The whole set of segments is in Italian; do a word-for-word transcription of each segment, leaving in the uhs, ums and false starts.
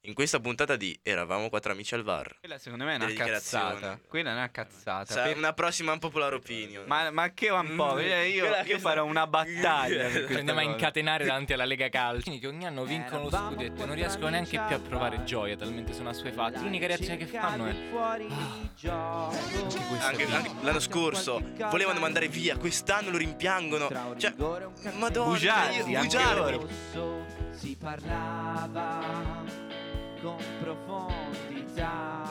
In questa puntata di Eravamo quattro amici al V A R. Quella secondo me è una Delle cazzata. dichiarazioni. Quella è una cazzata. Sa- Per- Una prossima unpopular opinion. Ma, ma che un po'? Mm, Eh, Io, quella- io farò una battaglia per Ci questa Andiamo a cosa. incatenare davanti alla Lega Calcio che ogni anno vincono lo scudetto e non riescono neanche più a provare gioia, talmente sono assuefatti. L'unica reazione che fanno è ah, anche questo Anche, è anche l'anno scorso volevano mandare via, quest'anno lo rimpiangono. Cioè, madonna, Bugiardi, io- anche bugiardi. loro. Si parlava con profondità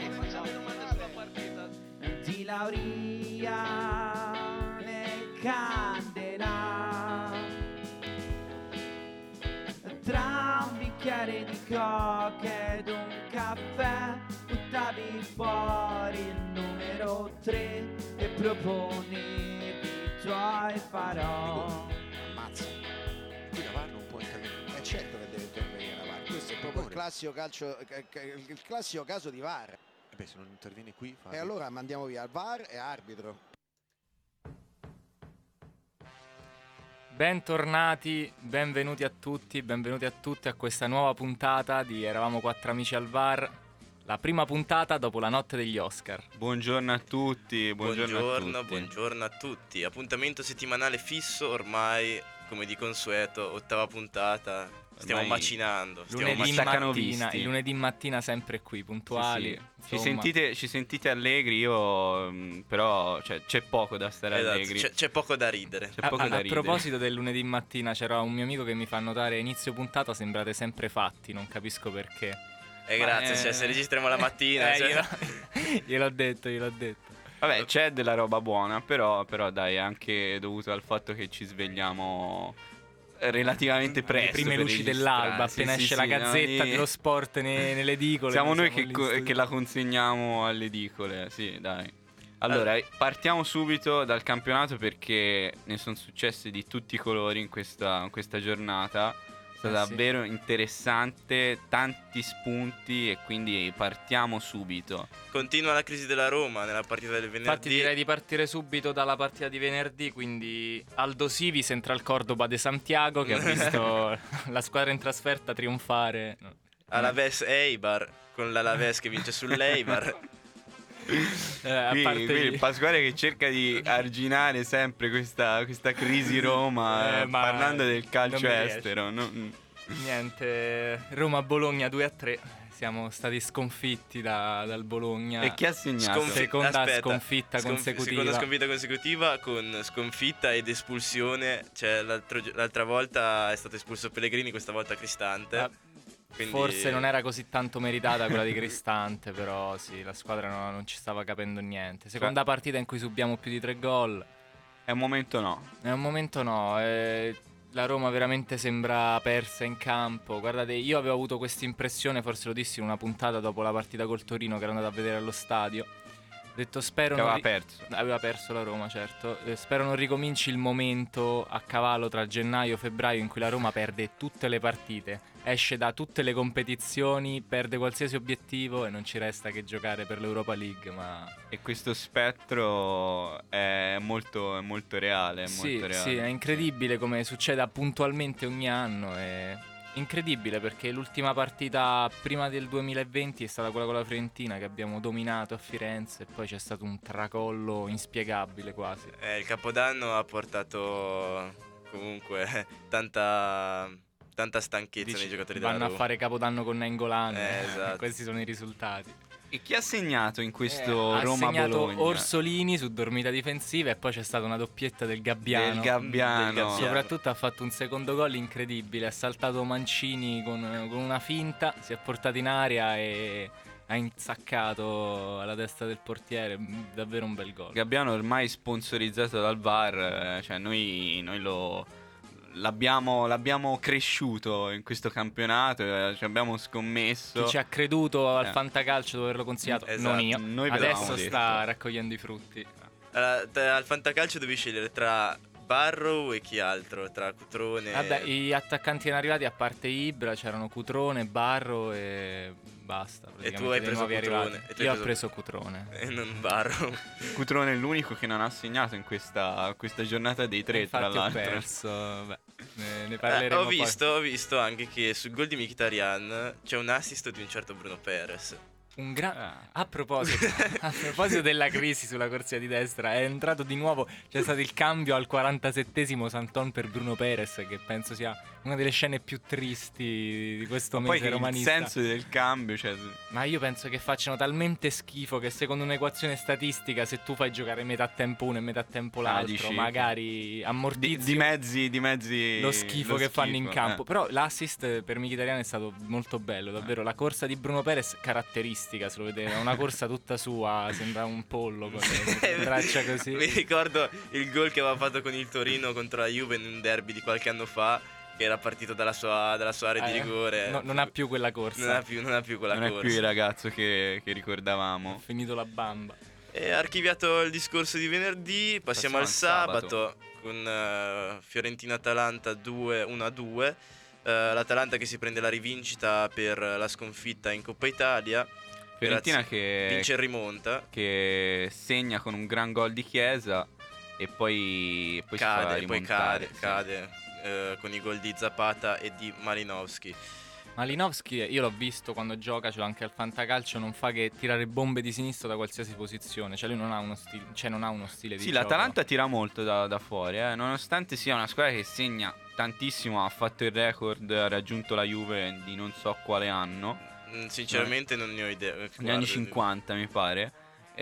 di Lauriane Candela, tra un bicchiere di coca ed un caffè buttavi fuori il numero tre e proponevi i tuoi farò. Ammazza, qui la V A R non può intervenire. È certo che deve intervenire la V A R. Questo è proprio il classico calcio, eh, eh, il classico caso di V A R. Eh beh, se non interviene qui, fa... E allora mandiamo via il V A R e arbitro. Bentornati, benvenuti a tutti, benvenuti a tutte a questa nuova puntata di Eravamo quattro amici al V A R. La prima puntata dopo la notte degli Oscar. Buongiorno a tutti, buongiorno, Buongiorno, a tutti. buongiorno a tutti. Appuntamento settimanale fisso ormai, come di consueto, ottava puntata. Stiamo Ormai macinando. Stiamo Lunedì macinando. macinando. mattina, visti. il lunedì mattina sempre qui, puntuali. Sì, sì. Ci, insomma. sentite, ci sentite allegri, io mh, però cioè, c'è poco da stare Esatto, allegri. c'è, c'è poco da ridere. C'è A, poco a- da a ridere. proposito del lunedì mattina, c'era un mio amico che mi fa notare inizio puntata sembrate sempre fatti, non capisco perché. Eh, grazie, eh, cioè, se registriamo la mattina. Eh, cioè- glielo, gliel'ho detto, gliel'ho detto. Vabbè, c'è della roba buona, però, però dai, è anche dovuto al fatto che ci svegliamo relativamente presto. Le prime per luci registrare. dell'alba, Sì, appena sì, esce sì, la no, gazzetta lì- dello sport ne- nelle edicole. Siamo noi che, lì in co- studio. che la consegniamo alle edicole, sì, dai. Allora, partiamo subito dal campionato perché ne sono successe di tutti i colori in questa, in questa giornata. È stata Eh sì. davvero interessante, tanti spunti e quindi partiamo subito. Continua la crisi della Roma nella partita del venerdì. Infatti direi di partire subito dalla partita di venerdì, quindi Aldo Sivi, Central Cordoba de Santiago, che ha visto la squadra in trasferta trionfare. No. Alaves Eibar, con l'Alaves che vince sull'Eibar. Eh, a Qui, parte qui gli- il Pasquale che cerca di arginare sempre questa, questa crisi Roma, Eh, eh, ma parlando del calcio non mi riesce. estero. non- Niente, Roma-Bologna due a tre. Siamo stati sconfitti da- dal Bologna. E chi ha segnato? Sconfi- Seconda aspetta, sconfitta sconf- consecutiva. Seconda sconfitta consecutiva con sconfitta ed espulsione. Cioè, l'altro gi- l'altra volta è stato espulso Pellegrini, questa volta Cristante. Ah, Quindi- Forse non era così tanto meritata quella di Cristante, però sì, la squadra no- non ci stava capendo niente. Seconda partita in cui subiamo più di tre gol. È un momento no. È un momento no, eh, la Roma veramente sembra persa in campo. Guardate, io avevo avuto questa impressione, forse lo dissi in una puntata dopo la partita col Torino che ero andato a vedere allo stadio. Ho detto spero Che non aveva ri- perso. Aveva perso la Roma, certo. Eh, spero non ricominci il momento a cavallo tra gennaio e febbraio in cui la Roma perde tutte le partite, esce da tutte le competizioni, perde qualsiasi obiettivo e non ci resta che giocare per l'Europa League, ma E questo spettro è molto, è molto reale. È sì, molto reale. sì, è incredibile come succeda puntualmente ogni anno. È incredibile perché l'ultima partita prima del duemilaventi è stata quella con la Fiorentina che abbiamo dominato a Firenze e poi c'è stato un tracollo inspiegabile quasi. Eh, il Capodanno ha portato comunque tanta, tanta stanchezza Dici, nei giocatori della vanno a Roma. fare Capodanno con Nainggolan. Eh, esatto. Questi sono i risultati. E chi ha segnato in questo Eh, ha segnato Roma-Bologna? Orsolini su dormita difensiva e poi c'è stata una doppietta del Gabbiano. Del Gabbiano. Del Gabbiano. Soprattutto ha fatto un secondo gol incredibile, ha saltato Mancini con, con una finta, si è portato in aria e ha insaccato alla testa del portiere, davvero un bel gol. Gabbiano ormai sponsorizzato dal V A R, eh, cioè noi, noi lo... L'abbiamo, l'abbiamo cresciuto in questo campionato, eh, ci abbiamo scommesso. Chi ci ha creduto al Eh. fantacalcio di averlo consigliato, Esatto. non io. Noi ve l'avevamo Adesso detto. sta raccogliendo i frutti. Allora, tra- al fantacalcio devi scegliere tra Barrow e chi altro? Tra Cutrone Vabbè, gli attaccanti erano arrivati a parte Ibra, c'erano Cutrone, Barro e basta. E tu praticamente, hai dei preso nuovi Cutrone. arrivati. E tu hai Io preso- ho preso Cutrone. E non Barro. Cutrone è l'unico che non ha segnato in questa, questa giornata dei tre, tra Infatti ho l'altro. perso. Beh, ne, ne Eh, parleremo ho poi. visto, ho visto anche che sul gol di Mkhitaryan c'è un assist di un certo Bruno Perez. Un gra- Ah. A proposito, a proposito della crisi sulla corsia di destra, è entrato di nuovo. C'è stato il cambio al quarantasettesimo Santon per Bruno Perez, che penso sia una delle scene più tristi di questo Ma poi mese che il romanista. senso del cambio, cioè, Ma io penso che facciano talmente schifo che secondo un'equazione statistica, se tu fai giocare metà tempo uno e metà tempo l'altro, dici- magari di, ammortizzi di mezzi, di mezzi lo schifo lo che fanno in schifo, campo. eh. Però l'assist per Mkhitaryan è stato molto bello, davvero. La corsa di Bruno Perez caratteristica, se lo vedete, è una corsa tutta sua, sembra un pollo con le braccia così. Mi ricordo il gol che aveva fatto con il Torino contro la Juve in un derby di qualche anno fa, che era partito dalla sua, dalla sua area di Eh, rigore. no, non ha più quella corsa. Non ha più, non ha più quella Non corsa. è più il ragazzo che, che Ha ricordavamo. finito la bamba. E archiviato il discorso di venerdì, passiamo, Passiamo al al sabato, con eh, Fiorentina-Atalanta due uno a due. Eh, L'Atalanta che si prende la rivincita per la sconfitta in Coppa Italia. Fiorentina Grazie. che, Vince e rimonta. che segna con un gran gol di Chiesa e poi, poi si fa Cade, poi rimontare. cade, sì. cade eh, con i gol di Zapata e di Malinowski. Malinowski, io l'ho visto quando gioca, ce l'ho anche al fantacalcio, non fa che tirare bombe di sinistro da qualsiasi posizione. Cioè lui non ha uno stile, cioè non ha uno stile di Sì, gioco. l'Atalanta tira molto da, da fuori, eh. Nonostante sia una squadra che segna tantissimo, ha fatto il record, ha raggiunto la Juve di non so quale anno, Mm, Sinceramente non ne ho idea. negli Guarda, anni cinquanta mi pare.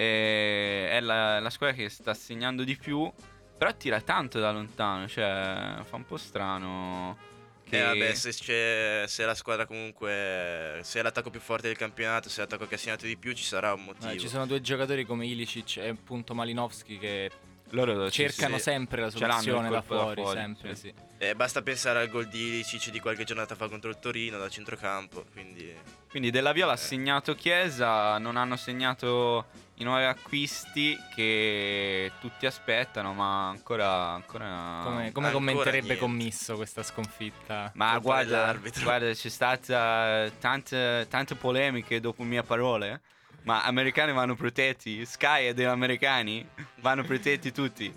E è la, la squadra che sta segnando di più, però tira tanto da lontano, cioè fa un po' strano. Che... Eh vabbè, se, c'è, se la squadra comunque, se è l'attacco più forte del campionato, se è l'attacco che ha segnato di più, ci sarà un motivo. Eh, ci sono due giocatori come Ilicic e appunto Malinowski che loro ci- cercano sì. sempre la Ce l'hanno il soluzione da colpo da fuori, fuori, sempre sì. sì. Eh, basta pensare al gol di Ilicic di qualche giornata fa contro il Torino da centrocampo, quindi Quindi Della Viola ha Eh. segnato Chiesa, non hanno segnato i nuovi acquisti che tutti aspettano, ma ancora... ancora... Come, come ancora commenterebbe niente. Commisso questa sconfitta? Ma colpa guarda, dell'arbitro. guarda, c'è stata tante, tante polemiche dopo mie parole. Ma americani vanno protetti, Sky è degli americani, vanno protetti tutti.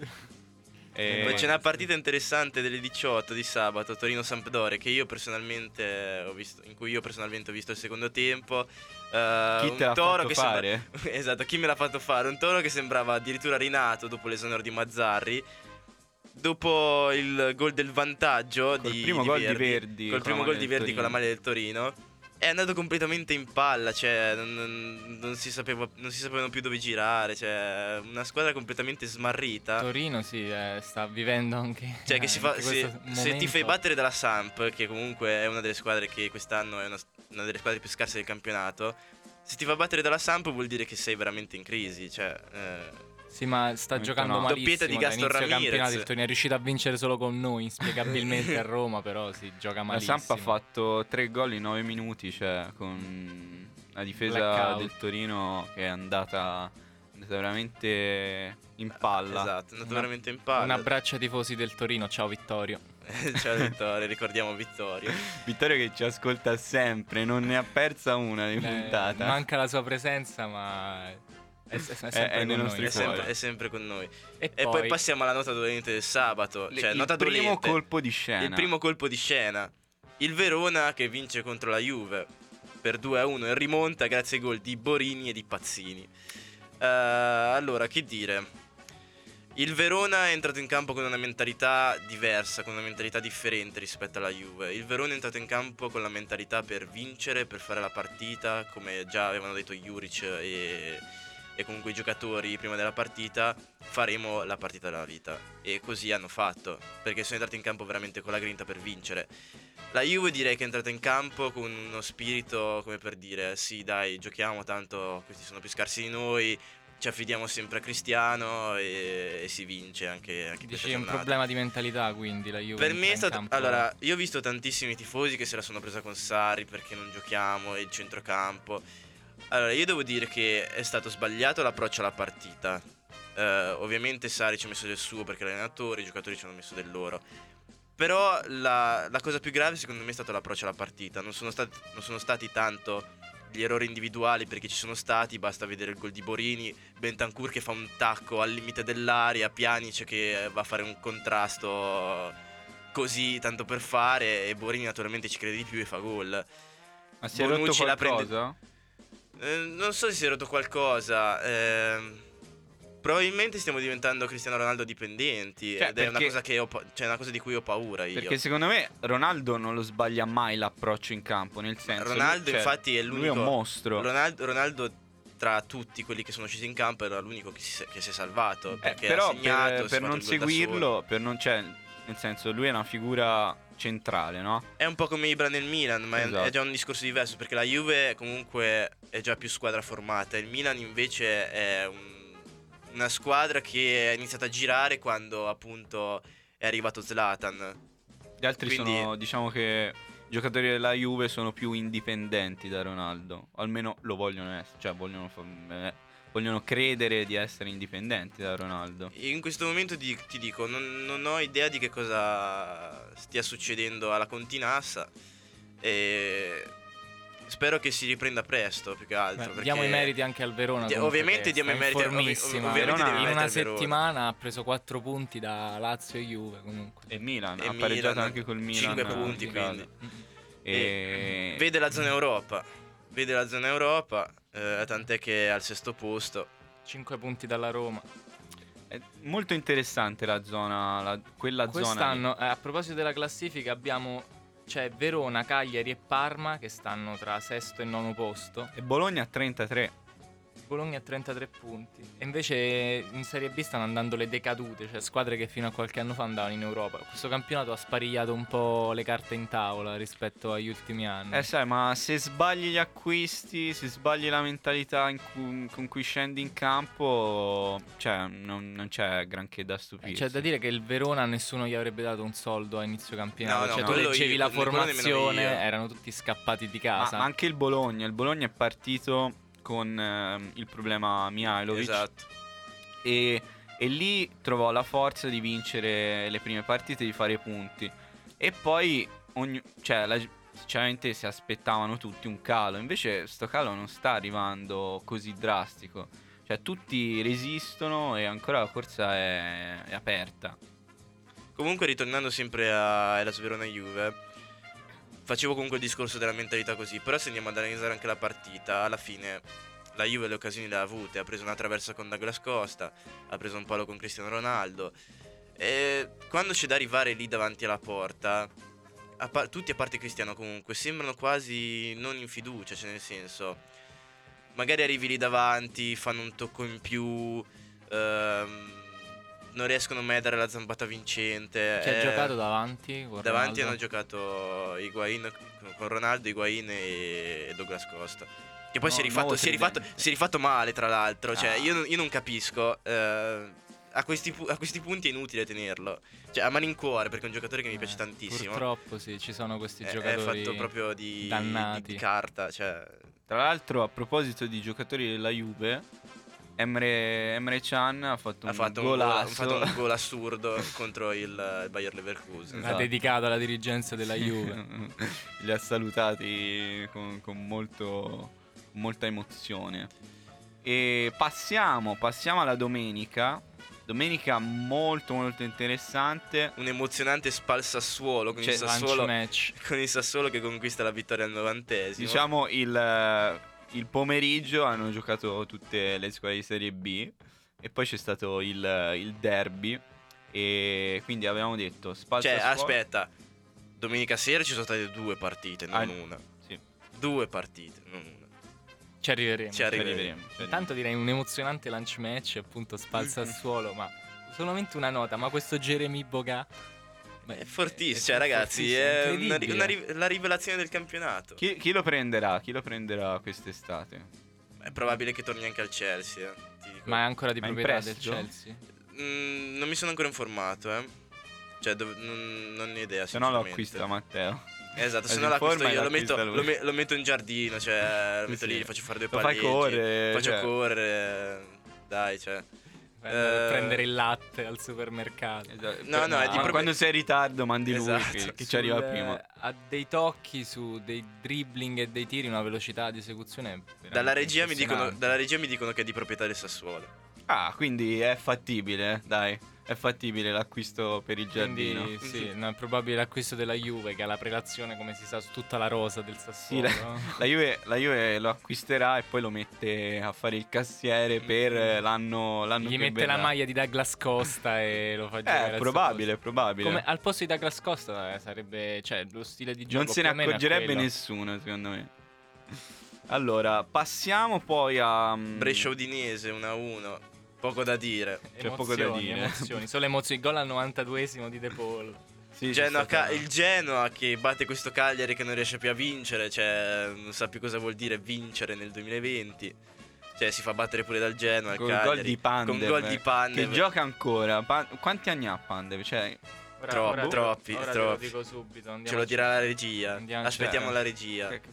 E- poi c'è una partita interessante delle diciotto di sabato, Torino-Sampdoria, che io personalmente ho visto, in cui io personalmente ho visto il secondo tempo. Eh, Chi un te l'ha Toro fatto che fare? sembra- esatto, chi me l'ha fatto fare? Un Toro che sembrava addirittura rinato dopo l'esonero di Mazzarri. Dopo il gol del vantaggio Col di, primo di gol di Verdi, Verdi col con primo la gol maglia di del Verdi con la Torino. maglia del Torino, è andato completamente in palla, cioè non, non- non si sapeva, non si sapevano più dove girare, cioè una squadra completamente smarrita. Torino sì, eh, sta vivendo anche Cioè che si fa, anche se, questo se ti momento. fai battere dalla Samp, che comunque è una delle squadre che quest'anno è una, una delle squadre più scarse del campionato, se ti fa battere dalla Samp vuol dire che sei veramente in crisi, cioè eh, Sì, ma sta Momento giocando no. malissimo. Doppietta di Gaston dall'inizio Ramirez. campionato il Torino è riuscito a vincere solo con noi, inspiegabilmente a Roma, però si gioca La malissimo. Samp ha fatto tre gol in nove minuti, cioè con la difesa Blackout. del Torino che è andata, è andata veramente in palla. esatto, è andato Una- veramente in palla. Un abbraccio ai tifosi del Torino, ciao Vittorio. Ciao Vittorio, ricordiamo Vittorio. Vittorio che ci ascolta sempre, non ne ha persa una di Eh, puntata. manca la sua presenza, ma è, è- è sempre è con nei noi. nostri È sempre, cuori. è sempre con noi. E, E poi passiamo alla nota dolente del sabato. Le- Cioè, il nota primo dolente. colpo di scena. Il primo colpo di scena. Il Verona che vince contro la Juve per due a uno e rimonta grazie ai gol di Borini e di Pazzini. Eh, allora, che dire? Il Verona è entrato in campo con una mentalità diversa, con una mentalità differente rispetto alla Juve. Il Verona è entrato in campo con la mentalità per vincere, per fare la partita, come già avevano detto Juric e, e comunque i giocatori prima della partita, faremo la partita della vita. E così hanno fatto, perché sono entrati in campo veramente con la grinta per vincere. La Juve direi che è entrata in campo con uno spirito come per dire sì dai giochiamo tanto questi sono più scarsi di noi, ci affidiamo sempre a Cristiano e, e si vince anche, anche questa dici è un giornata. problema di mentalità, quindi la Juve Per entra me è in stato campo- allora io ho visto tantissimi tifosi che se la sono presa con Sarri perché non giochiamo e il centrocampo. Allora io devo dire che è stato sbagliato l'approccio alla partita. Eh, ovviamente Sarri ci ha messo del suo perché è l'allenatore, i giocatori ci hanno messo del loro. Però la, la cosa più grave secondo me è stato l'approccio alla partita. Non sono stati, non sono stati tanto gli errori individuali, perché ci sono stati, basta vedere il gol di Borini, Bentancur che fa un tacco al limite dell'area, Pjanic che va a fare un contrasto così tanto per fare, e Borini naturalmente ci crede di più e fa gol. Ma si è rotto Bonucci la qualcosa? prende- Eh, non so se si è rotto qualcosa. ehm, probabilmente stiamo diventando Cristiano Ronaldo dipendenti. Cioè, ed è una perché- cosa, che ho pa- cioè, una cosa di cui ho paura io. Perché secondo me Ronaldo non lo sbaglia mai l'approccio in campo, nel senso Ronaldo, lui- cioè, infatti, è lui l'unico. è un mostro. Ronaldo, Ronaldo, tra tutti quelli che sono usciti in campo, era l'unico che si, che si è salvato. Eh, Perché però ha segnato, per, si è per fatto non il gol da solo. seguirlo, per non, cioè, nel senso lui è una figura centrale, no? È un po' come Ibra nel Milan, ma è- Esatto. è già un discorso diverso, perché la Juve comunque è già più squadra formata. Il Milan invece è un- una squadra che è iniziata a girare quando appunto è arrivato Zlatan. Gli altri Quindi- sono, diciamo che i giocatori della Juve sono più indipendenti da Ronaldo, o almeno lo vogliono essere, cioè vogliono, fa- eh, vogliono credere di essere indipendenti da Ronaldo. In questo momento ti, ti dico, non, non ho idea di che cosa stia succedendo alla Continassa e spero che si riprenda presto, più che altro. Beh, perché diamo i meriti anche al Verona. Di- comunque, ovviamente che diamo i sta meriti- in ovvi- formissima. ovviamente diamo i in meriti una al Verona. settimana ha preso quattro punti da Lazio e Juve comunque. E Milan, E ha pareggiato Milan, anche col Milan. cinque eh, punti, in casa. quindi. E... Vede la zona Europa, vede la zona Europa, eh, tant'è che è al sesto posto. cinque punti dalla Roma. È molto interessante la zona, la- quella zona. lì. Quest'anno, eh, a proposito della classifica, abbiamo c'è Verona, Cagliari e Parma che stanno tra sesto e nono posto. E Bologna a trentatré. Bologna ha trentatré punti. E invece in Serie B stanno andando le decadute, cioè squadre che fino a qualche anno fa andavano in Europa. Questo campionato ha sparigliato un po' le carte in tavola rispetto agli ultimi anni. Eh sai, ma se sbagli gli acquisti, se sbagli la mentalità in cui- con cui scendi in campo, cioè non, non c'è granché da stupirsi. C'è da dire che il Verona nessuno gli avrebbe dato un soldo a inizio campionato. No, no, cioè, tu quello leggevi io- la quello nemmeno formazione, io. erano tutti scappati di ma, casa. ma anche il Bologna, il Bologna è partito con ehm, il problema Mihajlovic Esatto. e, e lì trovò la forza di vincere le prime partite, di fare punti. E poi ogni, cioè, la- sinceramente si aspettavano tutti un calo, invece sto calo non sta arrivando così drastico. Cioè tutti resistono e ancora la corsa è, è aperta. Comunque, ritornando sempre a Hellas Verona Juve, facevo comunque il discorso della mentalità così. Però se andiamo ad analizzare anche la partita, alla fine la Juve le occasioni le ha avute. Ha preso una traversa con Douglas Costa, ha preso un palo con Cristiano Ronaldo. E quando c'è da arrivare lì davanti alla porta, a par- tutti a parte Cristiano comunque sembrano quasi non in fiducia, cioè nel senso, magari arrivi lì davanti, fanno un tocco in più, ehm, non riescono mai a dare la zampata vincente. Chi ha eh, giocato davanti? con Davanti Ronaldo? hanno giocato Higuain con Ronaldo, Higuain e Douglas Costa. Che poi No, si, è rifatto, nuovo si, è rifatto, tridente. si è rifatto male, tra l'altro. Cioè, Ah. io, non- io non capisco. eh, a, questi, pu- a questi punti è inutile tenerlo. Cioè, a malincuore, perché è un giocatore che mi piace Eh, tantissimo. Purtroppo sì, ci sono questi È, è giocatori fatto proprio di, dannati. di, di carta. Cioè, Tra l'altro, a proposito di giocatori della Juve, Emre, Emre Can ha fatto ha un fatto un, gol, ha golasso. fatto un gol assurdo contro il, il Bayer Leverkusen. ha Esatto. dedicato alla dirigenza della Sì. Juve. Li ha salutati con, con molto, molta emozione. E passiamo, passiamo alla domenica. Domenica molto molto interessante. Un emozionante Spal Sassuolo con, Cioè, il Lunch Sassuolo match. con il Sassuolo che conquista la vittoria al novantesimo. Diciamo il, il pomeriggio hanno giocato tutte le squadre di Serie B. E poi c'è stato il, il derby. E quindi avevamo detto Spal Cioè, Sassuolo- aspetta, domenica sera ci sono state due partite, non Ah, una. sì. Due partite, non una. Ci arriveremo. Ci Ci arriveremo. arriveremo, ci arriveremo. Intanto direi un emozionante lunch match, appunto Spalza al suolo, ma solamente una nota, ma questo Jeremy Boga beh, È fortissimo, è cioè ragazzi, fortissimo, è una, ri- incredibile. una ri- la rivelazione del campionato. Chi, chi lo prenderà? Chi lo prenderà quest'estate? È probabile che torni anche al Chelsea, eh, ti dico. Ma è ancora di Ma in proprietà del prestito? Chelsea? Mm, non mi sono ancora informato, eh. Cioè, dov- non, non ho idea, Se no lo sinceramente. acquista Matteo. Esatto, se Si no l'acquisto informa e io, lo metto, l'acquista lui. lo, me- lo metto in giardino, cioè lo Sì, metto sì. lì, gli faccio fare due Lo fai palleggi, correre, faccio cioè. correre, dai, cioè. Per Eh, prendere il latte al supermercato. Esatto. No, no, è di Ma proprio- quando sei in ritardo mandi lui Esatto. che, che ci arriva Sul- prima. Ha dei tocchi su dei dribbling e dei tiri, una velocità di esecuzione veramente Dalla regia, mi dicono, impressionante. dalla regia mi dicono che è di proprietà del Sassuolo. Ah, quindi è fattibile, eh, dai. È fattibile l'acquisto per il Quindi giardino. sì, no, è probabile l'acquisto della Juve che ha la prelazione, come si sa, su tutta la rosa del Sì, Sassuolo. la, la Juve, la Juve lo acquisterà e poi lo mette a fare il cassiere per eh, l'anno, l'anno Gli che mette la verrà. maglia di Douglas Costa e lo fa giocare Eh, al probabile, Sassuolo. probabile. Come al posto di Douglas Costa eh, sarebbe, cioè, lo stile di gioco Non se ne più o meno è accorgerebbe quello. nessuno, secondo me. Allora, passiamo poi a mm, Brescia Udinese uno a uno. Poco da dire. C'è poco da Emozioni, dire. emozioni, solo emozioni. Gol al novantaduesimo di De Paul. sì, c'è Genoa, stata- Ca- il Genoa che batte questo Cagliari che non riesce più a vincere, cioè non sa più cosa vuol dire vincere nel duemilaventi. Cioè si fa battere pure dal Genoa il Col Cagliari. gol di Pandev, Con gol di Pandev. che gioca ancora. Pa- quanti anni ha Pandev? Cioè, Ora, Troppo, ora- troppi, ora te troppi. lo dico subito. Ce andiamo lo a- dirà la regia. Andiamo- Aspettiamo cioè, la regia. che-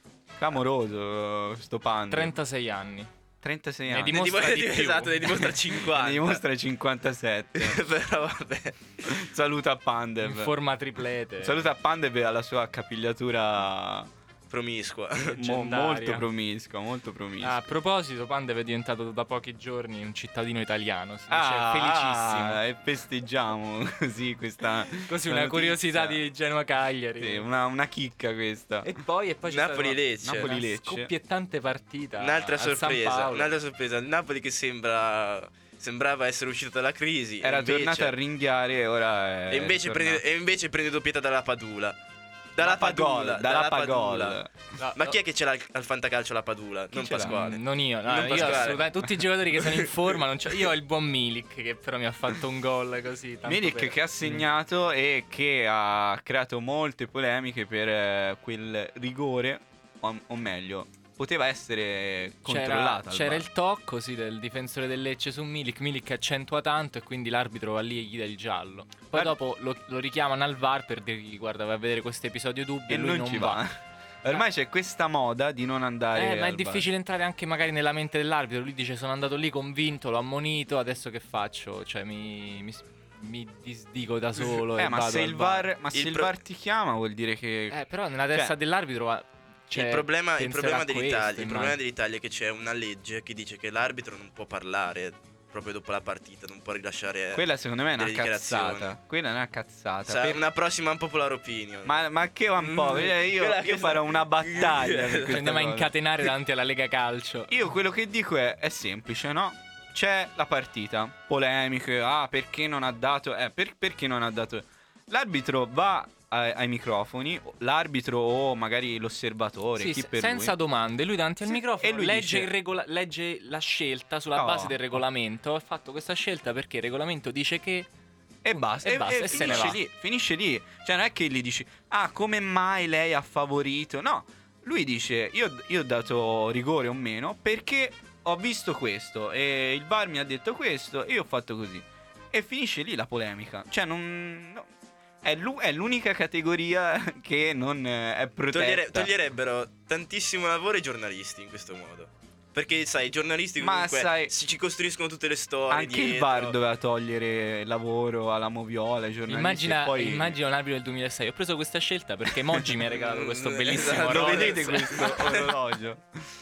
clamoroso sto Pandev. trentasei anni. trentasei Ne anni. Ne dimostra dimostra, di più. esatto, ne dimostra cinquanta. Ne dimostra cinquantasette. Però vabbè. Saluta In Pandev. forma triplete. Saluta Pandev e alla sua capigliatura Promiscua. mo- Leggendaria. molto promiscua, molto promiscua. Ah, a proposito, Pandev è diventato da pochi giorni un cittadino italiano. Si dice Ah, felicissimo. ah, e festeggiamo così questa Così questa una curiosità notizia. di Genoa Cagliari. Sì, una, una chicca questa. E poi, e poi c'è stata Napoli-Lecce. una- una Napoli-Lecce. scoppiettante partita. Un'altra al San sorpresa. Paolo. Un'altra sorpresa. Il Napoli che sembra sembrava essere uscito dalla crisi. Era e invece, tornata a ringhiare e ora è e invece, tornata. prende, e invece prende doppietta dalla Padula. Dalla Lappa Padula. gol, Dalla dalla Padula. Padula. No, Ma no, chi è che ce l'ha al, al fantacalcio la Padula? Non ce l'ha? Pasquale. Non io, no, Non io Pasquale. assolutamente. Tutti i giocatori che sono in forma. Non c'ho- io ho il buon Milik che però mi ha fatto un gol così. tanto Milik per- che ha segnato e che ha creato molte polemiche per eh, quel rigore, o, o meglio, poteva essere controllata. C'era, al c'era V A R. il tocco sì, del difensore del Lecce su Milik. Milik accentua tanto e quindi l'arbitro va lì e gli dà il giallo. Poi L'ar- dopo lo, lo richiamano al V A R per dirgli guarda vai a vedere questo episodio dubbio e e lui non non ci va. va. Ormai c'è questa moda di non andare Eh, ma è al V A R. difficile entrare anche magari nella mente dell'arbitro. Lui dice sono andato lì convinto, l'ho ammonito, adesso che faccio? Cioè mi, mi, mi disdico da solo Eh, e ma vado se al il V V A A R. R, ma se Il il pro- V A R ti chiama vuol dire che Eh, però nella testa Cioè- dell'arbitro va- cioè, il problema, il penserà problema a questo, dell'Italia, il immagino. problema dell'Italia è che c'è una legge che dice che l'arbitro non può parlare proprio dopo la partita, non può rilasciare quella secondo me è una delle dichiarazioni. cazzata. Quella è una cazzata. Sa- Per- una prossima unpopular opinion. Ma, ma che un po'? Mm, Eh, io, quella io che- farò una battaglia. per Ci questa andiamo a cosa. incatenare davanti alla Lega Calcio. Io quello che dico è, è semplice, no? C'è la partita, polemiche, ah perché non ha dato, eh per- perché non ha dato. L'arbitro va ai, ai microfoni, l'arbitro o magari l'osservatore, Sì, chi se- per senza lui. domande, lui davanti al Sì, microfono e lui legge, dice- il regola- legge la scelta sulla Oh, base del oh. regolamento. Ho fatto questa scelta perché il regolamento dice che. E basta, E e, basta, e e se ne finisce va. lì, finisce lì. Cioè non è che gli dici, ah come mai lei ha favorito, no. Lui dice, io, io ho dato rigore o meno perché ho visto questo e il V A R mi ha detto questo e io ho fatto così. E finisce lì la polemica. Cioè non... no. È, l'u- è l'unica categoria che non eh, è protetta. Togliere- toglierebbero tantissimo lavoro ai giornalisti in questo modo. Perché sai, i giornalisti Ma comunque sai- si ci costruiscono tutte le storie. Anche il dietro. V A R doveva togliere lavoro alla Moviola, ai giornalisti. Immagina, e poi... immagina un arbitro del duemilasei. Ho preso questa scelta perché Moggi mi ha regalato questo Mm, bellissimo esatto. Lo Rolex. vedete questo orologio?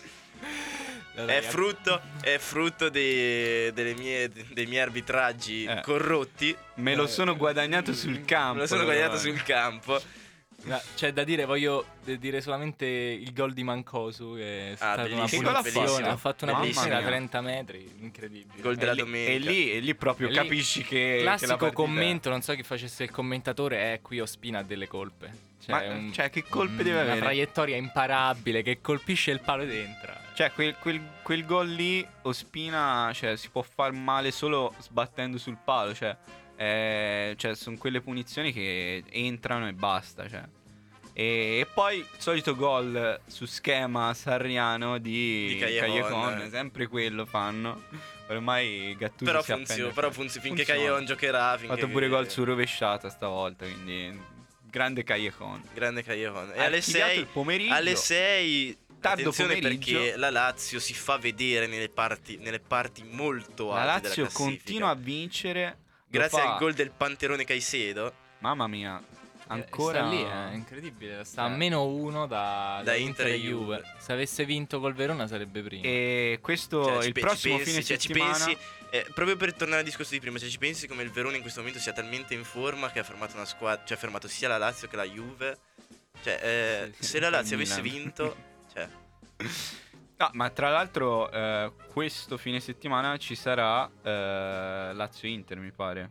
È frutto, è frutto dei, delle mie- dei miei arbitraggi Eh. corrotti. Me lo sono guadagnato sul campo. Me lo sono guadagnato però. sul campo. No, c'è da dire, voglio de- dire solamente il gol di Mancosu che è stata una bellissimo, Che gol ha punizione. fatto? Ha fatto una Mamma punizione da mia. trenta metri, incredibile. Gol della e lì, domenica. E lì, e lì proprio E lì, capisci che. che la Classico partita- commento, non so chi facesse il commentatore, è qui Ospina ha delle colpe. Cioè, Ma, un- cioè, che colpe deve una avere? traiettoria imparabile che colpisce il palo ed entra. Cioè, quel, quel, quel gol lì, Ospina, cioè, si può far male solo sbattendo sul palo. Cioè, eh, cioè sono quelle punizioni che entrano e basta. Cioè. E, e poi il solito gol su schema sarriano di, Di Callejon, Callejon, eh. sempre quello fanno. Ormai Gattuso Però si funziona, appende- però funziona finché funziona. Callejon giocherà. Ha Finché fatto pure gol su rovesciata stavolta, quindi grande Callejon. Grande Callejon. E Ha alle archiviato sei, il pomeriggio. alle sei tardo attenzione pomeriggio perché la Lazio si fa vedere nelle parti, nelle parti molto la alte Lazio della classifica. continua a vincere. Lo Grazie fa- al gol del Panterone Caicedo. Mamma mia, ancora Sta lì, è incredibile. Sta a Eh. meno uno da, Da da Inter Inter e e Juve. Juve. Se avesse vinto col Verona sarebbe primo. E questo Cioè, ci il pe- ci prossimo pensi, fine cioè, ci settimana. pensi, eh, proprio per tornare al discorso di prima, cioè, ci pensi come il Verona in questo momento sia talmente in forma che ha fermato una squadra, cioè ha fermato sia la Lazio che la Juve. Cioè, eh, Sì, sì, se la anche il Lazio avesse Milan. vinto, cioè, No, ma tra l'altro eh, questo fine settimana ci sarà eh, Lazio-Inter, mi pare.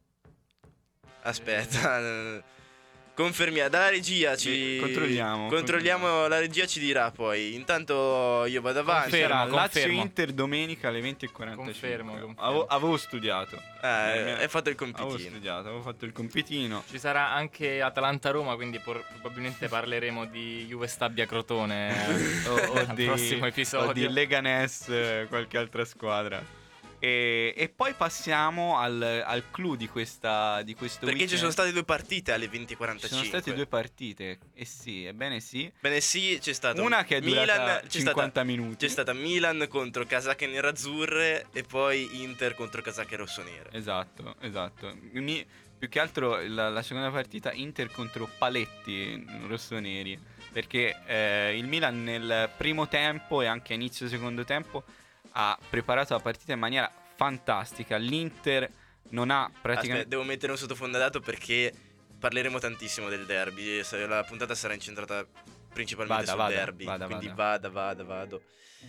aspetta, eh, confermiamo, dalla regia ci Sì, controlliamo, controlliamo, la regia ci dirà poi. Intanto io vado avanti. Confermo, Sarà confermo. Lazio-Inter domenica alle venti e quarantacinque. Confermo, confermo. Avevo, avevo studiato. Eh, hai fatto il Avevo compitino. studiato, avevo fatto il compitino. Ci sarà anche Atalanta-Roma, quindi por- probabilmente parleremo di Juve Stabia Crotone eh, o, o al di, prossimo episodio. o di Leganés, eh, qualche altra squadra. E, e poi passiamo al, al clou di, questa, di questo Perché ci weekend. sono state due partite alle venti e Ci quarantacinque. sono state due partite. E sì, ebbene sì. Bene, sì, c'è stata Una che è durata Milan, c'è cinquanta stata, minuti. c'è stata Milan contro casacche nerazzurre e poi Inter contro casacche rossonere. Esatto, esatto. Mi- più che altro la, la seconda partita Inter contro Paletti rossoneri. Perché eh, il Milan nel primo tempo e anche a inizio secondo tempo ha preparato la partita in maniera fantastica. L'Inter non ha Aspetta, praticamente... devo mettere un sottofondato perché parleremo tantissimo del derby. e se- La puntata sarà incentrata principalmente Vada, sul vada, derby. vada, quindi vada. vada, vada, vado.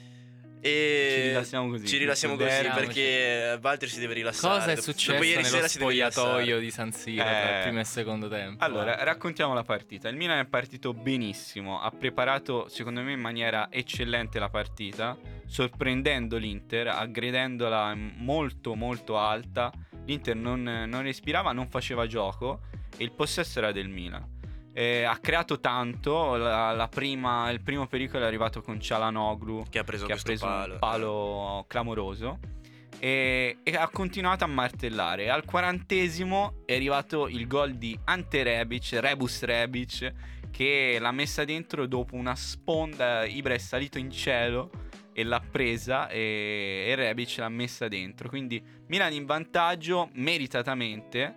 E Ci rilassiamo così, Ci rilassiamo questo così derby. perché Walter si deve rilassare. Cosa è Dopo- successo dopo ieri nello sera si deve spogliatoio rilassare. di San Siro tra Eh. il primo e il secondo tempo? Allora, Vai. raccontiamo la partita. Il Milan è partito benissimo, ha preparato secondo me in maniera eccellente la partita, sorprendendo l'Inter, aggredendola molto molto alta. L'Inter non, non respirava, non faceva gioco e il possesso era del Milan. Eh, ha creato tanto, la, la prima, il primo pericolo è arrivato con Çalhanoğlu Che ha preso che ha questo preso palo. un palo clamoroso e, e ha continuato a martellare. Al quarantesimo è arrivato il gol di Ante Rebic, Rebus Rebic, che l'ha messa dentro dopo una sponda. Ibra è salito in cielo e l'ha presa e, e Rebic l'ha messa dentro. Quindi Milan in vantaggio meritatamente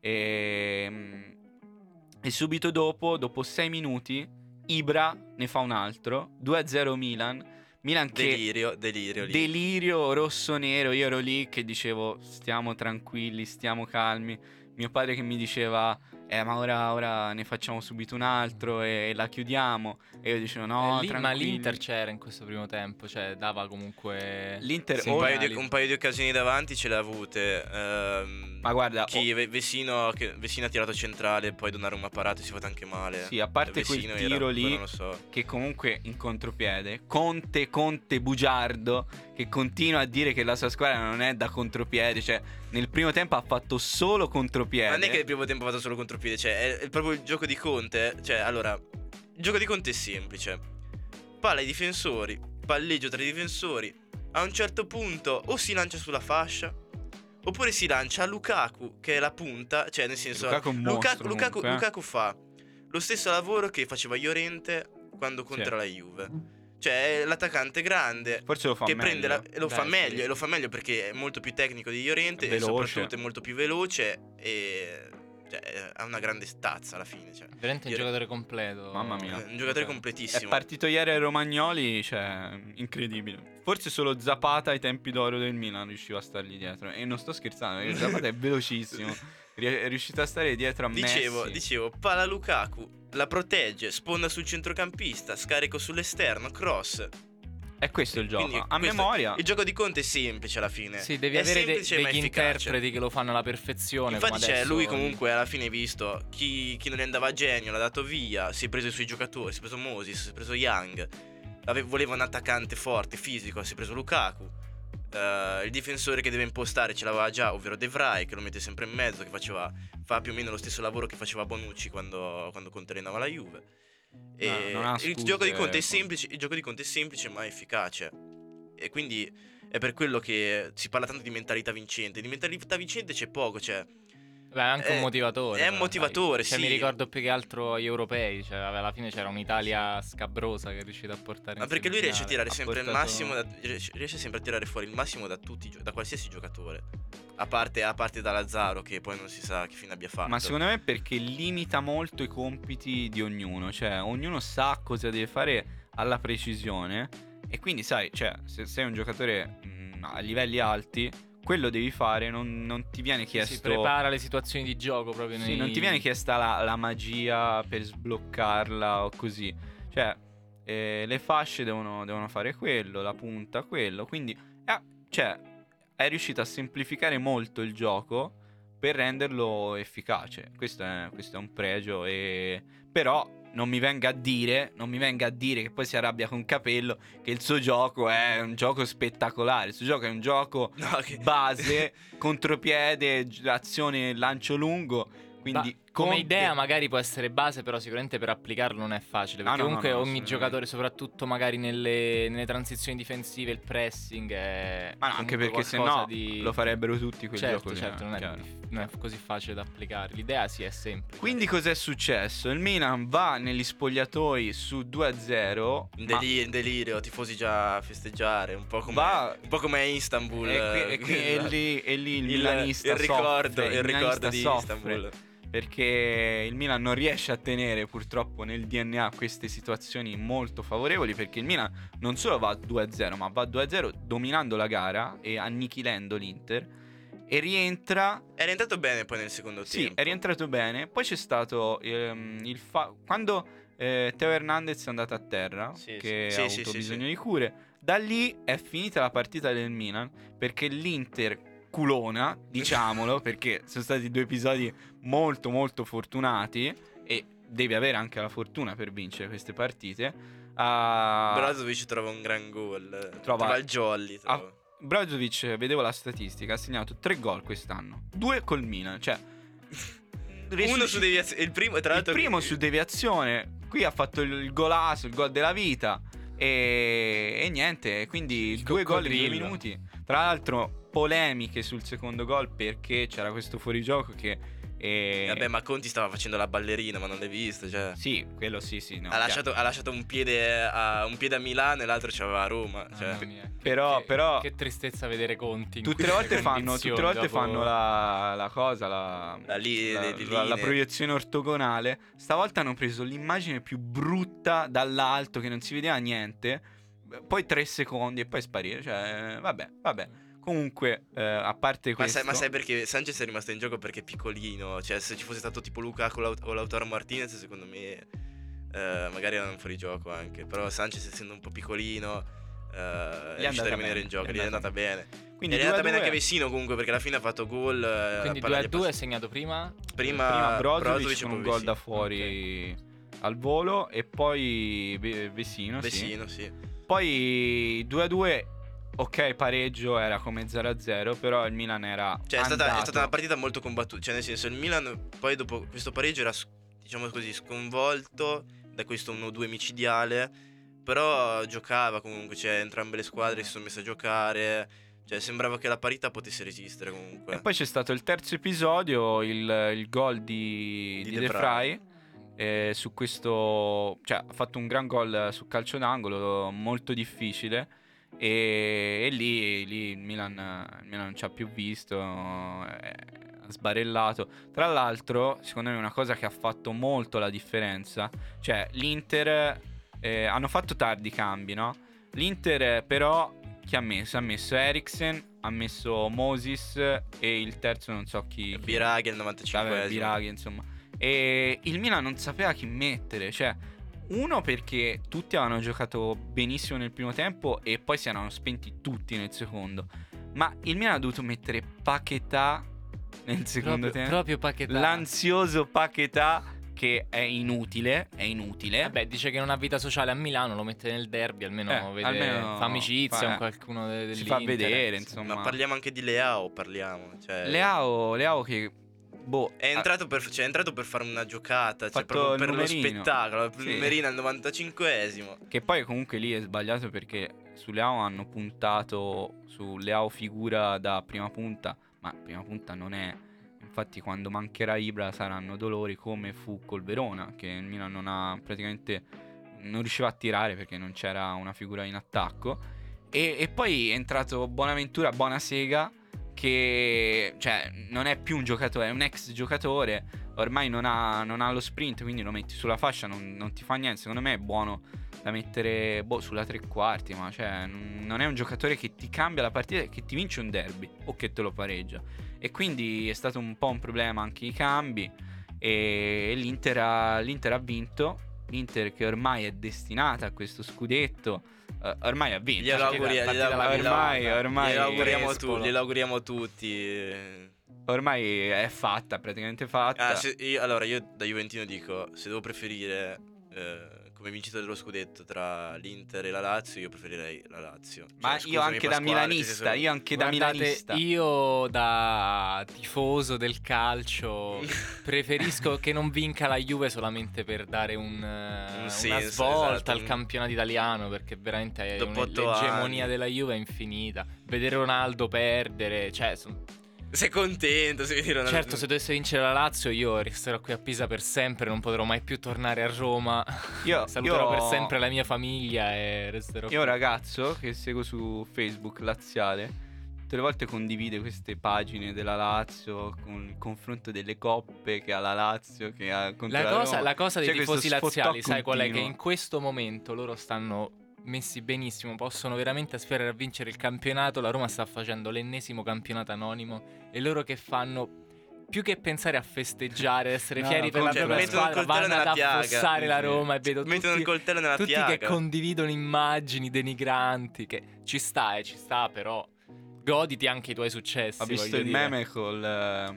e, e subito dopo, dopo sei minuti, Ibra ne fa un altro, due a zero Milan. Milan che Delirio, delirio lì. delirio rosso-nero. Io ero lì che dicevo stiamo tranquilli, stiamo calmi. Mio padre che mi diceva eh ma ora, ora ne facciamo subito un altro e, e la chiudiamo. E io dicevo no, Eh, lì- ma tranquilli. l'Inter c'era in questo primo tempo, cioè dava comunque L'Inter un, o- paio di, segnali. un paio di occasioni davanti ce le ha avute. ehm, Ma guarda, chi, o- Ve- Vesino, che, Vesino ha tirato centrale, poi Donnarumma ha parato e si è fatto anche male. Sì, a parte quel Vesino tiro era- lì, poi non lo so. che comunque in contropiede, Conte, Conte bugiardo, che continua a dire che la sua squadra non è da contropiede. Cioè nel primo tempo ha fatto solo contropiede. Ma non è che nel primo tempo ha fatto solo contropiede, cioè è, è proprio il gioco di Conte. Cioè, allora, il gioco di Conte è semplice. Palla ai difensori, palleggio tra i difensori. A un certo punto o si lancia sulla fascia, oppure si lancia a Lukaku, che è la punta. Cioè, nel senso, Lukaku è un Lukaku, mostro Lukaku, comunque, eh. Lukaku fa lo stesso lavoro che faceva Llorente quando contro la Juve. Cioè, è l'attaccante grande Forse lo fa che meglio. prende la, e lo Beh, fa sì. meglio, e lo fa meglio perché è molto più tecnico di Llorente È e veloce. soprattutto è molto più veloce e cioè, ha una grande stazza alla fine. Cioè. veramente un Io- giocatore completo. Mamma mia. È un giocatore È completissimo. partito ieri ai Romagnoli, cioè, incredibile. Forse solo Zapata ai tempi d'oro del Milan riusciva a stargli dietro. E non sto scherzando, perché Zapata è velocissimo. Rie- È riuscito a stare dietro a Messi. Dicevo, dicevo, palla Lukaku, la protegge, sponda sul centrocampista, scarico sull'esterno, cross. È questo il gioco. Quindi a questo- memoria. Il gioco di Conte è semplice alla fine. Sì, devi è avere de- semplice ma degli efficace. interpreti che lo fanno alla perfezione. Infatti come c'è adesso. lui comunque alla fine visto chi, chi non gli andava a genio l'ha dato via, si è preso i suoi giocatori, si è preso Moses, si è preso Young, Ave- voleva un attaccante forte, fisico, si è preso Lukaku. Eh, il difensore che deve impostare ce l'aveva già, ovvero De Vrij, che lo mette sempre in mezzo, che faceva fa più o meno lo stesso lavoro che faceva Bonucci quando, quando Conte allenava la Juve. E non ha il scuse, gioco di Conte è Conte. semplice, il gioco di Conte è semplice ma efficace. E quindi è per quello che si parla tanto di mentalità vincente. Di mentalità vincente c'è poco, cioè Beh, è anche un Eh, motivatore. è un però, motivatore, dai. Cioè, sì. mi ricordo più che altro agli europei. Cioè, alla fine c'era un'Italia scabrosa che è riuscita a portare Ma in perché lui riesce a semifinale. tirare Ha sempre il portato- massimo da- riesce riesce sempre a tirare fuori il massimo da tutti i gio- da qualsiasi giocatore. A parte, a parte da Lazzaro, che poi non si sa che fine abbia fatto. Ma secondo me è perché limita molto i compiti di ognuno. Cioè, ognuno sa cosa deve fare alla precisione. E quindi, sai, cioè, se sei un giocatore mh, a livelli alti, quello devi fare, non, non ti viene Sì, chiesto. si prepara le situazioni di gioco proprio Sì, nei... non ti viene chiesta la, la magia per sbloccarla o così. Cioè, eh, le fasce devono, devono fare quello, la punta quello. Quindi, eh, cioè, è riuscito a semplificare molto il gioco per renderlo efficace. Questo è, questo è un pregio. E... Però non mi venga a dire, non mi venga a dire che poi si arrabbia con Capello che il suo gioco è un gioco spettacolare. Il suo gioco è un gioco No, che- base, contropiede, gi- azione, lancio lungo. Quindi Ma come Conte- idea magari può essere base, però sicuramente per applicarlo non è facile. Perché Ah, no, no, comunque no, ogni assolutamente. giocatore, soprattutto magari nelle, nelle transizioni difensive, il pressing è Ma no, anche comunque perché se qualcosa no di... lo farebbero tutti quel Certo, gioco lì, certo, eh, non è, chiaro. non è così facile da applicare. L'idea sì è semplice. Quindi cos'è successo? Il Milan va negli spogliatoi su due a zero. In, ma- deli- in delirio, tifosi già a festeggiare, un po' come, Va- un po' come a Istanbul. E, qui- e eh, qui- e lì, e lì il, il, milanista il ricordo, soffre, il ricordo milanista di soffre, Istanbul. perché il Milan non riesce a tenere purtroppo nel D N A queste situazioni molto favorevoli, perché il Milan non solo va due a zero, ma va due a zero dominando la gara e annichilendo l'Inter, e rientra. È rientrato bene poi nel secondo Sì, tempo. è rientrato bene. Poi c'è stato ehm, il fa- quando eh, Teo Hernandez è andato a terra, Sì, che sì. ha Sì, avuto sì, bisogno sì. di cure. Da lì è finita la partita del Milan, perché l'Inter culona, diciamolo, perché sono stati due episodi molto molto fortunati e devi avere anche la fortuna per vincere queste partite. Ah, Brozovic trova un gran gol. Trova- Trova, il jolly. Ah, trova. Brozovic, vedevo la statistica, ha segnato tre gol quest'anno, due col Milan, cioè Uno resusci- su deviazione. Il primo, tra il l'altro, primo su deviazione. Qui ha fatto il, il golasso, il gol della vita. E, e niente, quindi Il due gol in due coccodrillo. minuti. Tra l'altro, polemiche sul secondo gol perché c'era questo fuorigioco che. eh, Vabbè, ma Conti stava facendo la ballerina, ma non l'hai visto, cioè. Sì, quello sì, sì. No, ha, lasciato, ha lasciato un piede a, un piede a Milano e l'altro c'aveva a Roma. Cioè. Mamma mia, che- Però- che, però- che tristezza vedere Conti in Tutte le queste volte fanno, condizioni tutte le volte dopo- fanno la, la cosa, la, La li- la- le- le la- la linee. proiezione ortogonale. Stavolta hanno preso l'immagine più brutta dall'alto che non si vedeva niente. Poi tre secondi e poi sparire. Cioè, vabbè, vabbè. Comunque, eh, a parte Ma questo, sai, ma sai perché Sanchez è rimasto in gioco perché è piccolino. Cioè, se ci fosse stato tipo Lukaku o Laut- o Lautaro Martinez, secondo me eh, magari erano fuori gioco anche. Però Sanchez, essendo un po' piccolino, eh, è riuscito a andata rimanere bene, in gioco. gli è Gli è andata andata bene. quindi Gli è due a andata bene due. anche Vecino comunque, perché alla fine ha fatto gol. eh, Quindi la due palla a gli è due è pass- segnato prima. Prima, Prima Brozovic Brozovic e con poi un gol da Vecino. fuori al volo e poi Ve- Vesino, sì. Vecino, sì. Poi due a due. Ok, pareggio era come zero a zero, però il Milan era Cioè, è stata, è andato. stata una partita molto combattuta. Cioè, nel senso, il Milan poi dopo questo pareggio era, s- diciamo così, sconvolto da questo uno due micidiale. Però giocava comunque, cioè, entrambe le squadre si sono messe a giocare. Cioè, sembrava che la parità potesse resistere comunque. E poi c'è stato il terzo episodio, il, il gol di, Di di De De Vrij. Vrij. eh, su questo, cioè, ha fatto un gran gol su calcio d'angolo, molto difficile. E, e lì, lì il Milan, il Milan non ci ha più visto, eh, ha sbarellato. Tra l'altro, secondo me, una cosa che ha fatto molto la differenza, cioè l'Inter eh, hanno fatto tardi i cambi, no? L'Inter eh, però chi ha messo? Ha messo Eriksen, ha messo Moses e il terzo non so chi. chi- Biraghi al novantacinque. Vabbè, Biraghi, insomma. E il Milan non sapeva chi mettere, cioè uno perché tutti avevano giocato benissimo nel primo tempo e poi si erano spenti tutti nel secondo. Ma il Milan ha dovuto mettere Paquetá nel secondo Proprio, tempo. proprio Paquetá. L'ansioso Paquetá che è inutile, è inutile. Vabbè, dice che non ha vita sociale a Milano, lo mette nel derby, almeno, Eh, vede, almeno fa amicizia fa- con qualcuno de- dell'Inter. si fa vedere, Sì. insomma. Ma parliamo anche di Leao, parliamo. Cioè, Leao, Leao che boh, È entrato, per, cioè, è entrato per fare una giocata, cioè, Fatto proprio il per lo numerino. spettacolo. Il Sì. numerino al novantacinquesimo. che poi comunque lì è sbagliato perché su Leao hanno puntato su Leao figura da prima punta, ma prima punta non è. infatti quando mancherà Ibra saranno dolori, come fu col Verona, che il Milan non ha praticamente non riusciva a tirare perché non c'era una figura in attacco. E, e poi è entrato Bonaventura, Bonasega, che cioè non è più un giocatore, è un ex giocatore, ormai non ha, non ha lo sprint, quindi lo metti sulla fascia, non, non ti fa niente. Secondo me è buono da mettere boh, sulla tre quarti, ma cioè non è un giocatore che ti cambia la partita, che ti vince un derby o che te lo pareggia. E quindi è stato un po' un problema anche i cambi, e l'Inter ha, l'Inter ha vinto, l'Inter che ormai è destinata a questo scudetto. Uh, ormai ha vinto. Glielo auguri- partita glielo- dalla glielo- ormai, ormai glielo auguriamo, tu- Nespolo. glielo auguriamo tutti. ormai è fatta, praticamente fatta. Ah, se- io- allora io da Juventino dico, se devo preferire eh, come vincitore dello scudetto tra l'Inter e la Lazio, io preferirei la Lazio. Cioè, Ma io scusami, anche da Pasquale, milanista, cioè, se- io anche da Guardate, milanista. io da tifoso del calcio preferisco che non vinca la Juve solamente per dare un, eh, una senso, svolta esatto. al campionato italiano, perché veramente è Dopo un- otto l'egemonia anni. della Juve è infinita. Vedere Ronaldo perdere, cioè son- Sei contento se vedi Ronaldo? certo, se dovesse vincere la Lazio io resterò qui a Pisa per sempre, non potrò mai più tornare a Roma. Io, Saluterò io- per sempre la mia famiglia e resterò Io, qui. ragazzo che seguo su Facebook laziale, tutte le volte condivide queste pagine della Lazio con il confronto delle coppe che ha la Lazio, che ha contro La la cosa, Roma. la cosa dei C'è questo tifosi sfottò laziali, sai qual è? Che continuo. in questo momento loro stanno messi benissimo, possono veramente aspirare a vincere il campionato. La Roma sta facendo l'ennesimo campionato anonimo e loro che fanno? Più che pensare a festeggiare, essere No, fieri per la cioè, propria mettono il squadra, coltello vanno ad nella piaga. affossare la Sì. Roma e vedo Mettono il tutti, coltello nella tutti piaga. che condividono immagini denigranti, che ci sta, eh, ci sta, però goditi anche i tuoi successi. Ho visto voglio il dire. meme con la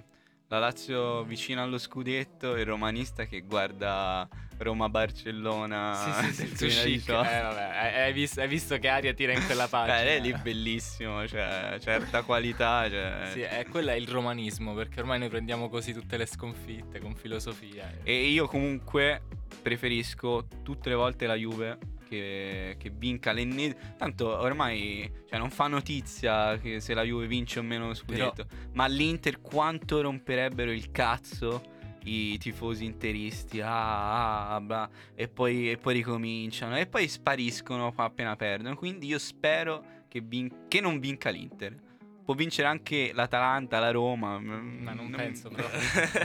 Lazio vicino allo scudetto e il romanista che guarda Roma-Barcellona. Sì, sì, sì, del su chic. duemiladiciotto. Eh, vabbè, hai, hai visto, hai visto che aria tira in quella pagina? Eh, lei è lì bellissimo, cioè certa qualità, cioè. Sì, eh, quello è il romanismo, perché ormai noi prendiamo così tutte le sconfitte con filosofia. E io comunque preferisco tutte le volte la Juve che, che vinca l'ennesimo. Tanto ormai cioè, non fa notizia che se la Juve vince o meno lo scudetto. Ma l'Inter quanto romperebbero il cazzo i tifosi interisti, ah, ah, bla, e, poi, e poi ricominciano e poi spariscono appena perdono. Quindi io spero che, vin- che non vinca l'Inter. Può vincere anche l'Atalanta, la Roma, Ma non penso proprio.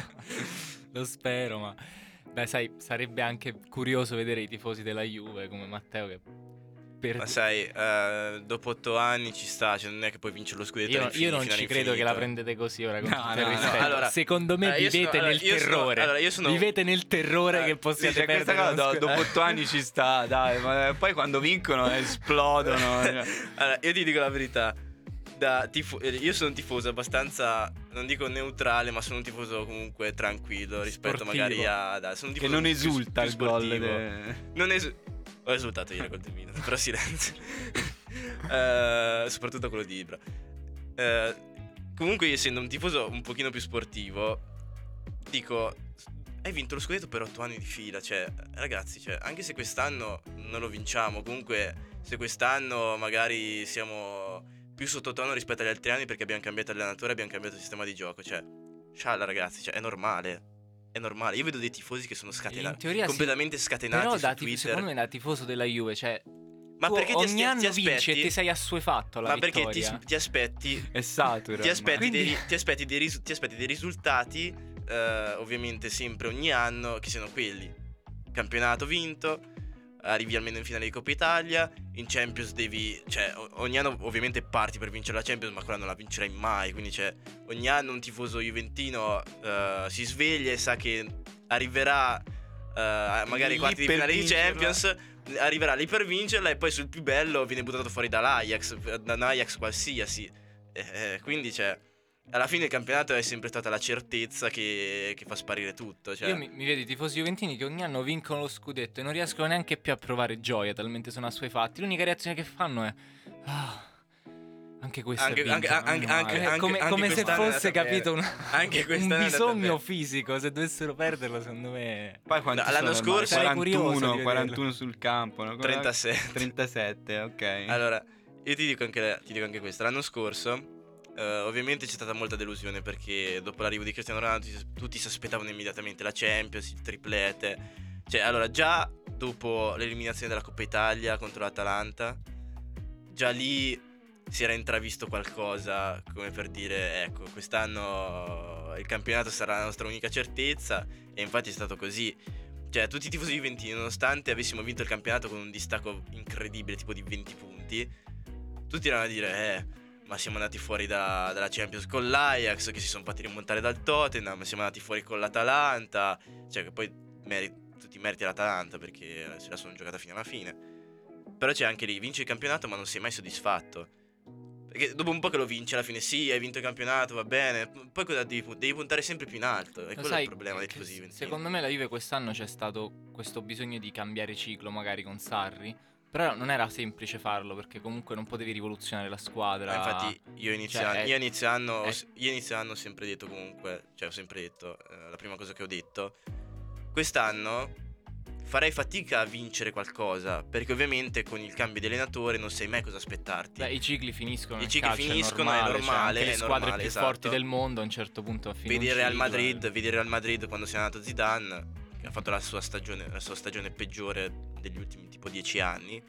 Lo spero, ma beh, sai, sarebbe anche curioso vedere i tifosi della Juve come Matteo che per... Ma sai, eh, dopo otto anni ci sta, cioè non è che poi vince lo scudetto. Io, all'infinito, io non fino ci credo che la all'infinito. prendete così ora con No, tutto no, il no, rispetto. allora, Secondo me eh, io vivete sono- allora, nel io sono- terrore. allora, io sono- Vivete nel terrore Eh, che Sì, possiate cioè, questa perdere. cosa lo do- scu- dopo eh. otto anni ci sta, dai, ma poi quando vincono esplodono. cioè. Allora, io ti dico la verità. Da tifo- eh, io sono un tifoso abbastanza, non dico neutrale, ma sono un tifoso comunque tranquillo rispetto Sportivo. magari a. Da, sono un Che tifoso non più- esulta più il gol. sportivo. de- Non esu- Ho esultato ieri col Divino, però silenzio. Eh, soprattutto quello di Ibra. Eh, comunque, io essendo un tifoso un pochino più sportivo, dico, hai vinto lo scudetto per otto anni di fila. Cioè, ragazzi, cioè, anche se quest'anno non lo vinciamo, comunque, se quest'anno magari siamo più sottotono rispetto agli altri anni perché abbiamo cambiato allenatore, abbiamo cambiato sistema di gioco. Cioè, scialla, ragazzi, cioè, è normale. È normale. Io vedo dei tifosi che sono In scatenati, teoria sì, completamente scatenati però su da tif- Twitter. secondo me da tifoso della Juve, cioè Ma tu perché ti, ogni aspe- anno ti vinci aspetti? e ti sei assuefatto alla Ma perché ti, vittoria. ti aspetti È saturo. ti aspetti, Quindi- dei, ti, aspetti dei risu- ti aspetti dei risultati, eh, ovviamente sempre ogni anno, che siano quelli. Campionato vinto, arrivi almeno in finale di Coppa Italia, in Champions devi, cioè o- ogni anno ovviamente parti per vincere la Champions, ma quella non la vincerai mai, quindi cioè ogni anno un tifoso juventino eh, si sveglia e sa che arriverà eh, magari ai Lì quarti di per finale di vincerla. Champions, arriverà lì per vincerla e poi sul più bello viene buttato fuori dall'Ajax, da un Ajax qualsiasi. Eh, eh, quindi cioè alla fine il campionato è sempre stata la certezza che, che fa sparire tutto. Cioè. Io mi, mi vedo i tifosi juventini che ogni anno vincono lo scudetto e non riescono neanche più a provare gioia, talmente sono assuefatti. L'unica reazione che fanno è ah, anche questo Anche- è vinto, anche- anche- meno anche- male. anche- come, anche come se quest'anno è fosse andata capito un, Anche un quest'anno è andata bisogno bene. fisico. Se dovessero perderlo, secondo me Poi quanti No, l'anno sono ormai? scorso- Sarei curioso di quarantuno, vederlo. quarantuno sul campo, no? trentasei. trentasette, ok. Allora, io ti dico anche, ti dico anche questo. L'anno scorso, Uh, ovviamente c'è stata molta delusione perché dopo l'arrivo di Cristiano Ronaldo tutti si aspettavano immediatamente la Champions, il triplete. Cioè, allora, già dopo l'eliminazione della Coppa Italia contro l'Atalanta, già lì si era intravisto qualcosa, come per dire, ecco, quest'anno il campionato sarà la nostra unica certezza, e infatti è stato così. Cioè, tutti i tifosi juventini, nonostante avessimo vinto il campionato con un distacco incredibile, tipo di venti punti, tutti erano a dire, eh... ma siamo andati fuori da, dalla Champions con l'Ajax, che si sono fatti rimontare dal Tottenham, siamo andati fuori con l'Atalanta, cioè che poi meri- tutti i meriti l'Atalanta perché se la sono giocata fino alla fine. Però c'è anche lì, vinci il campionato ma non sei mai soddisfatto, perché dopo un po' che lo vinci alla fine, sì, hai vinto il campionato, va bene, poi cosa devi, devi puntare sempre più in alto, e Lo quello sai è il problema dei che tifosi s- juventini. Secondo me la Juve quest'anno c'è stato questo bisogno di cambiare ciclo magari con Sarri, però non era semplice farlo perché comunque non potevi rivoluzionare la squadra. Ma infatti io inizio, Cioè, anno, è- io inizio anno ho è- s- io inizio anno ho sempre detto comunque, cioè ho sempre detto, eh, la prima cosa che ho detto, quest'anno farei fatica a vincere qualcosa, perché ovviamente con il cambio di allenatore non sai mai cosa aspettarti. Beh, i cicli finiscono. I nel cicli calcio, finiscono, è è normale, normale, cioè, anche è le squadre normale, più esatto. forti del mondo a un certo punto a fine Vedi il un Real ciclo, Madrid, eh. vedi il Real Madrid quando si è andato Zidane, che ha fatto la sua stagione, la sua stagione peggiore degli ultimi tipo dieci anni,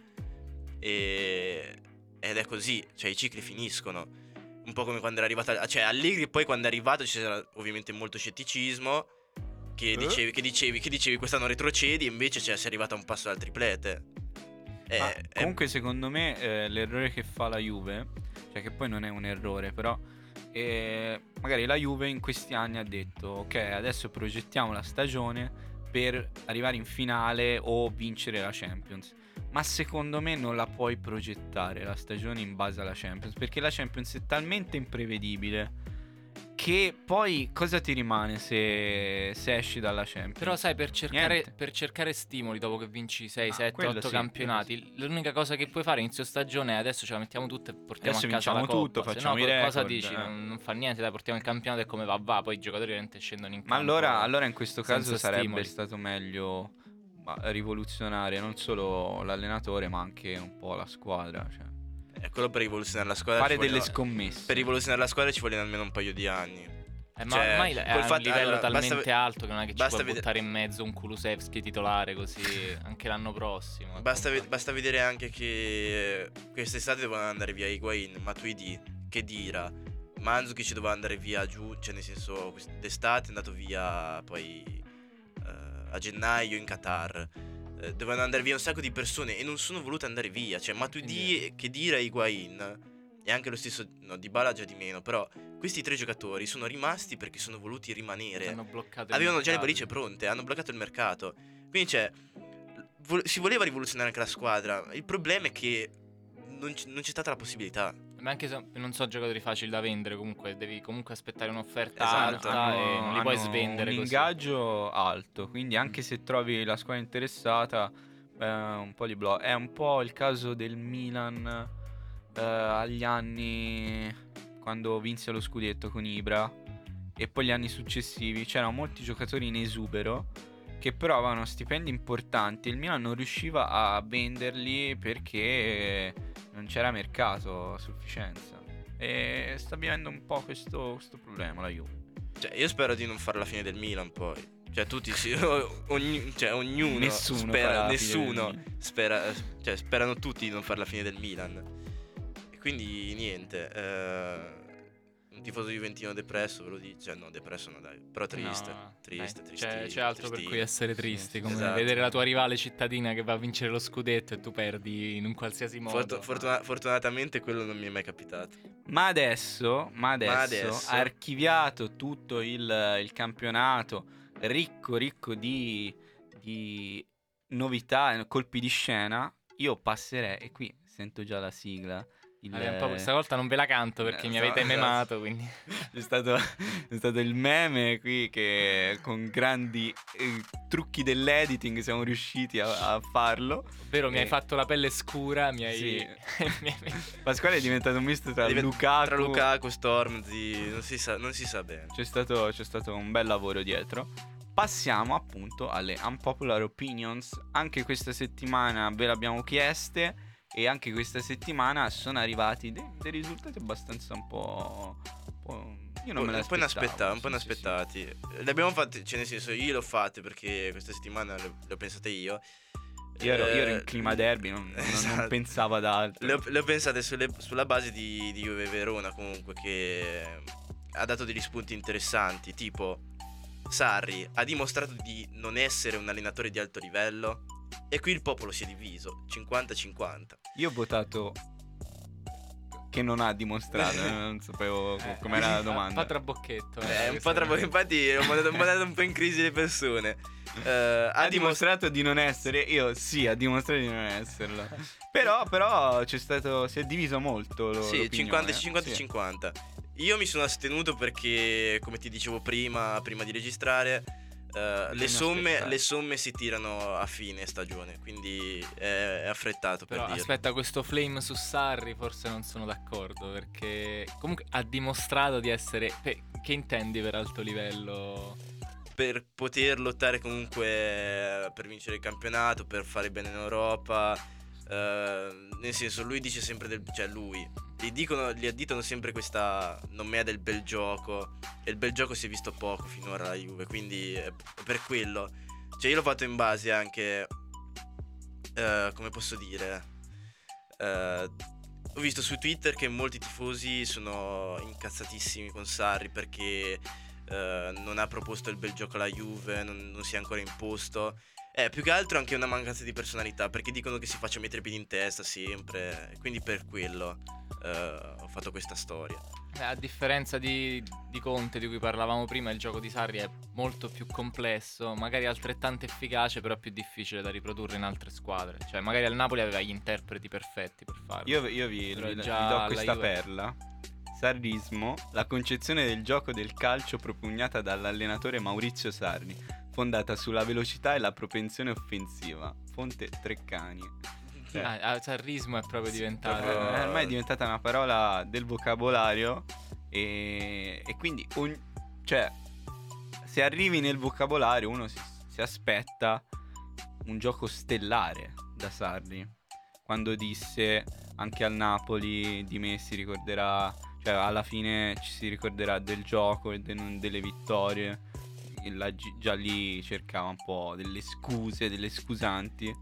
e... ed è così, cioè i cicli finiscono. Un po' come quando era arrivata, cioè Allegri poi quando è arrivato c'era ovviamente molto scetticismo, che dicevi, che dicevi, che dicevi quest'anno retrocedi, e invece cioè, sei arrivato a un passo dal triplete. Eh, Ma è- comunque secondo me eh, l'errore che fa la Juve, cioè che poi non è un errore, però eh, magari la Juve in questi anni ha detto ok, adesso progettiamo la stagione per arrivare in finale o vincere la Champions. Ma secondo me non la puoi progettare la stagione in base alla Champions, perché la Champions è talmente imprevedibile che poi cosa ti rimane se, se esci dalla Champions? Però sai, per cercare, Niente. per cercare stimoli dopo che vinci sei, Ah, sette, quello otto sì, campionati, l'unica cosa che puoi fare inizio stagione è adesso ce la mettiamo tutta e portiamo Adesso a casa la vinciamo Coppa. tutto, Se facciamo no, i co- cosa record, dici? eh. Non, non fa niente, dai, portiamo il campionato e come va va, poi i giocatori ovviamente scendono in campo. Ma allora, allora in questo caso senza sarebbe stimoli. stato meglio ma, rivoluzionare non solo l'allenatore ma anche un po' la squadra, cioè, è quello per rivoluzionare la squadra. fare ci delle vogliono- scommesse. Per rivoluzionare la squadra ci vogliono almeno un paio di anni. Eh, ma Cioè, ormai è col a un fatto- livello allora, talmente basta ve- alto che non è che ci basta puoi vede- buttare in mezzo un Kulusevski titolare così anche l'anno prossimo. Basta, ve- Ecco. basta vedere anche che quest'estate dovevano andare via Higuain, Matuidi, Khedira, Mandzukic doveva andare via giù, cioè nel senso quest'estate è andato via poi eh, a gennaio in Qatar. Eh, dovevano andare via un sacco di persone e non sono volute andare via, cioè Matuidi, Khedira e Higuain, e anche lo stesso no, Dybala già di meno, però questi tre giocatori sono rimasti perché sono voluti rimanere. Hanno bloccato il Avevano già le mercato. valigie pronte, hanno bloccato il mercato. Quindi c'è vo- si voleva rivoluzionare anche la squadra. Il problema è che non, c- non c'è stata la possibilità. Ma anche se non so giocatori facili da vendere, comunque devi comunque aspettare un'offerta Esatto, alta e non li puoi hanno svendere un così. ingaggio alto, quindi anche se trovi la squadra interessata eh, un po' di blocco. È un po' il caso del Milan eh, agli anni quando vinse lo scudetto con Ibra, e poi gli anni successivi c'erano molti giocatori in esubero che però avevano stipendi importanti e il Milan non riusciva a venderli perché non c'era mercato a sufficienza, e sta vivendo un po' questo, questo problema la Juve. Cioè, io spero di non fare la fine del Milan poi. Cioè, tutti si. ogni- cioè, ognuno. Nessuno farà spera. la fine Nessuno del Milan. spera. Cioè, sperano tutti di non fare la fine del Milan. E quindi, niente. eh, un tifoso juventino depresso, ve lo dico. Cioè, no, depresso no, dai. Però triste. No, triste, dai, triste. c'è, c'è altro per cui essere tristi, come esatto. vedere la tua rivale cittadina che va a vincere lo scudetto e tu perdi in un qualsiasi modo. Fortu- fortuna- fortunatamente quello non mi è mai capitato. Ma adesso, ma adesso, adesso- ha archiviato tutto il, il campionato, ricco, ricco di, di novità, colpi di scena. Io passerei, e qui sento già la sigla. Il, Vabbè, un po' questa volta non ve la canto perché Eh, mi so- avete esatto. memato, quindi C'è stato, c'è stato il meme qui che con grandi eh, trucchi dell'editing siamo riusciti a, a farlo. ovvero mi Eh, hai fatto la pelle scura, mi hai... sì. mi hai- Pasquale è diventato un misto tra Diven- Lukaku. Tra Lukaku, Stormzy, non si sa, non si sa bene. C'è stato, c'è stato un bel lavoro dietro. Passiamo appunto alle unpopular opinions. Anche questa settimana ve le abbiamo chieste e anche questa settimana sono arrivati dei, dei risultati abbastanza un po', un po'... Io non me un po' inaspettati, un po' sì, sì, sì. inaspettati. Le abbiamo fatte, cioè nel senso io le ho fatte perché questa settimana le, le ho pensate io. Io ero, io ero in Eh, clima derby, non, non- non esatto. pensavo ad altro. Le ho, le ho pensate sulle- sulla base di, di Juve Verona comunque, che ha dato degli spunti interessanti, tipo Sarri ha dimostrato di non essere un allenatore di alto livello e qui il popolo si è diviso cinquanta cinquanta. Io ho votato che non ha dimostrato, eh, non sapevo co- Eh, com'era la Un domanda. po' trabocchetto. Eh, eh, un questa po' troppo, domanda. infatti ho mandato, ho mandato un po' in crisi le persone. Eh, ha Ha dimostrato dimostrato di non essere, io sì, ha dimostrato di non esserlo. Però, però c'è stato, si è diviso molto. lo- Sì, l'opinione, cinquanta cinquanta sì. cinquanta. Io mi sono astenuto perché, come ti dicevo prima, prima di registrare, eh, le, somme, aspettare. le somme si tirano a fine stagione, quindi è, è affrettato per Però dire. aspetta, questo flame su Sarri forse non sono d'accordo, perché comunque ha dimostrato di essere... Beh, che intendi per alto livello? Per poter lottare comunque per vincere il campionato, per fare bene in Europa. eh, nel senso, lui dice sempre del, cioè lui gli dicono, gli additano sempre questa nomea del bel gioco, e il bel gioco si è visto poco finora alla Juve, quindi è per quello. Cioè io l'ho fatto in base anche, eh, come posso dire, eh, ho visto su Twitter che molti tifosi sono incazzatissimi con Sarri perché eh, non ha proposto il bel gioco alla Juve, non, non si è ancora imposto. Eh, più che altro anche una mancanza di personalità, perché dicono che si faccia mettere i piedi in testa sempre, quindi per quello eh, ho fatto questa storia. Eh, a differenza di, di Conte, di cui parlavamo prima, il gioco di Sarri è molto più complesso, magari altrettanto efficace, però più difficile da riprodurre in altre squadre. Cioè, magari al Napoli aveva gli interpreti perfetti per farlo. Io, io vi, Però vi- vi già do alla questa Juve- perla. Sarrismo, la concezione del gioco del calcio propugnata dall'allenatore Maurizio Sarri, fondata sulla velocità e la propensione offensiva. Fonte Treccani. Cioè, Ah, ah, sarrismo è proprio sì, diventato... proprio- eh, ormai è diventata una parola del vocabolario e, e quindi ogni- cioè, se arrivi nel vocabolario uno si, si aspetta un gioco stellare da Sarri. Quando disse anche al Napoli di me si ricorderà, cioè alla fine ci si ricorderà del gioco e de- non delle vittorie. E la- già lì cercava un po' delle scuse, delle scusanti.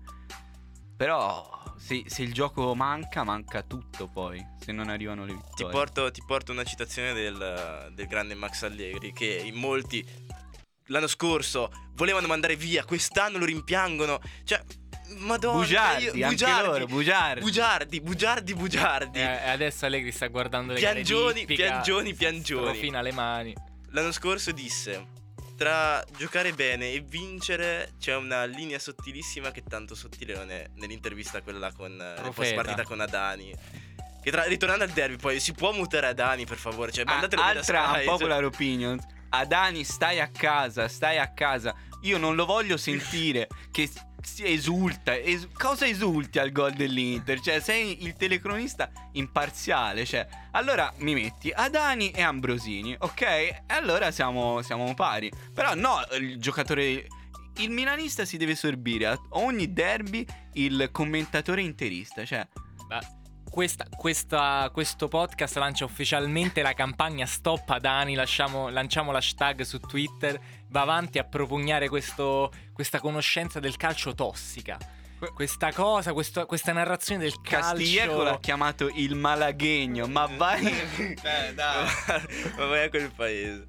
Però se, se il gioco manca, manca tutto poi, se non arrivano le Ti vittorie. porto, ti porto una citazione del, del grande Max Allegri, che in molti l'anno scorso volevano mandare via, quest'anno lo rimpiangono. Cioè, madonna, Bugiardi, io- anche loro, bugiardi. bugiardi, bugiardi, bugiardi. Eh, e adesso Allegri sta guardando le Piangioni, gare di ippica, piangioni, piangioni. strofina le mani. L'anno scorso disse: tra giocare bene e vincere c'è una linea sottilissima che tanto sottile non è. Nell'intervista quella con eh, Profeta. post partita con Adani. Che tra, ritornando al derby, poi si può mutare Adani, per favore? Cioè, Ah, mandatelo via da altra Sky, cioè- unpopular opinion. Adani, stai a casa, stai a casa. Io non lo voglio sentire che s- si esulta. Es- cosa esulti al gol dell'Inter? Cioè, sei il telecronista imparziale. Cioè, allora mi metti Adani e Ambrosini, ok? E allora siamo, siamo pari. Però no, il giocatore. Il milanista si deve sorbire a ogni derby il commentatore interista. Cioè, Beh, Questa, questa- questo podcast lancia ufficialmente la campagna Stop Adani. Lasciamo, lanciamo l'hashtag su Twitter. Va avanti a propugnare questo, questa conoscenza del calcio tossica. Questa cosa, questo- questa narrazione del Castiglieco l'ha calcio. chiamato il malaguegno. Ma vai. Eh, dai. Ma vai a quel paese.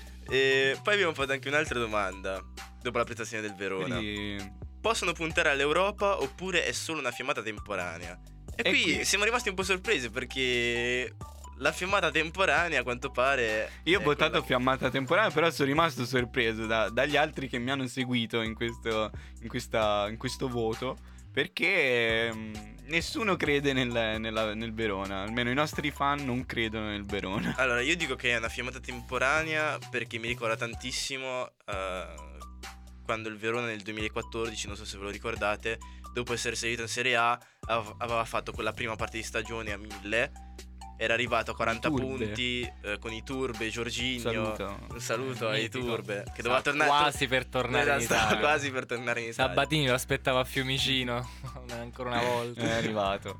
E poi abbiamo fatto anche un'altra domanda dopo la prestazione del Verona. Quindi- Possono puntare all'Europa oppure è solo una fiammata temporanea? E, E qui, qui- siamo rimasti un po' sorpresi perché la fiammata temporanea a quanto pare Io ho è votato quella- fiammata temporanea, però sono rimasto sorpreso da- dagli altri che mi hanno seguito in questo, in questa, in questo voto, perché mm, nessuno crede nel, nella- nel Verona, almeno i nostri fan non credono nel Verona. Allora, io dico che è una fiammata temporanea perché mi ricorda tantissimo eh, quando il Verona nel duemilaquattordici, non so se ve lo ricordate, dopo essere salito in Serie A, av- aveva fatto quella prima parte di stagione a mille era arrivato a quaranta Turbe. punti eh, con i Turbe, Giorginio. Saluto. Un saluto ai Mitico. Turbe che Sta doveva tornare quasi per tornare in Stava Italia. quasi per tornare in Italia. Sabatini lo aspettava a Fiumicino ancora una volta. È arrivato.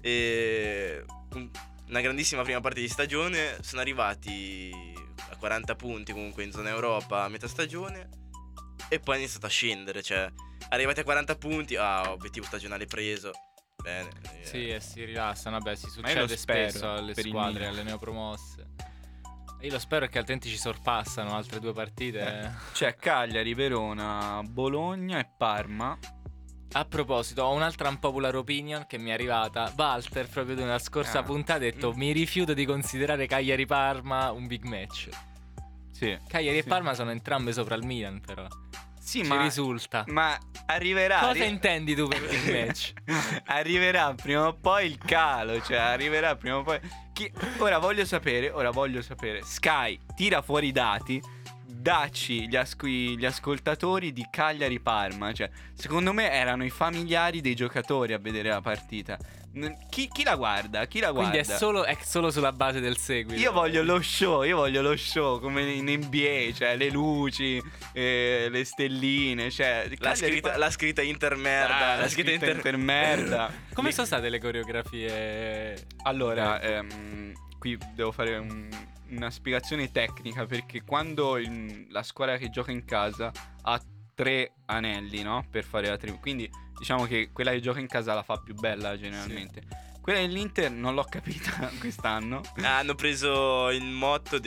E un- una grandissima prima parte di stagione. Sono arrivati a quaranta punti comunque in zona Europa a metà stagione. E poi è iniziato a scendere. Cioè, arrivati a quaranta punti, ah, obiettivo stagionale preso. Bene. eh. Sì, e si rilassano. Vabbè, si Ma io lo succede spero spesso alle per il squadre, Milan. alle neopromosse. Io lo spero che altrimenti ci sorpassano altre due partite. C'è Cagliari, Verona, Bologna e Parma. A proposito, ho un'altra unpopular opinion che mi è arrivata. Walter, proprio nella scorsa Ah. puntata, ha detto: mi rifiuto di considerare Cagliari-Parma un big match. Sì. Cagliari e Sì. Parma sono entrambe sopra il Milan, però. Sì, Ci ma, risulta. ma arriverà. Cosa arri- intendi tu per big match? arriverà prima o poi il calo, cioè arriverà prima o poi. Chi- Ora voglio sapere, ora voglio sapere. Sky, tira fuori i dati, dacci gli, asco- gli ascoltatori di Cagliari Parma. Cioè, secondo me erano i familiari dei giocatori a vedere la partita. N- Chi, chi la guarda? Chi la guarda? Quindi è solo, è solo sulla base del seguito. Io voglio lo show, io voglio lo show come in N B A, cioè le luci, eh, le stelline, cioè La Cagliari scritta, Parma- la scritta intermerda. Ah, la, la scritta scritta inter... intermerda. Come Lì- sono state le coreografie? Allora, ehm, qui devo fare un- una spiegazione tecnica perché quando il- la squadra che gioca in casa ha tre anelli, no? Per fare la tri- quindi diciamo che quella che gioca in casa la fa più bella generalmente. Quella dell'Inter non l'ho capita quest'anno. Ah, hanno preso il motto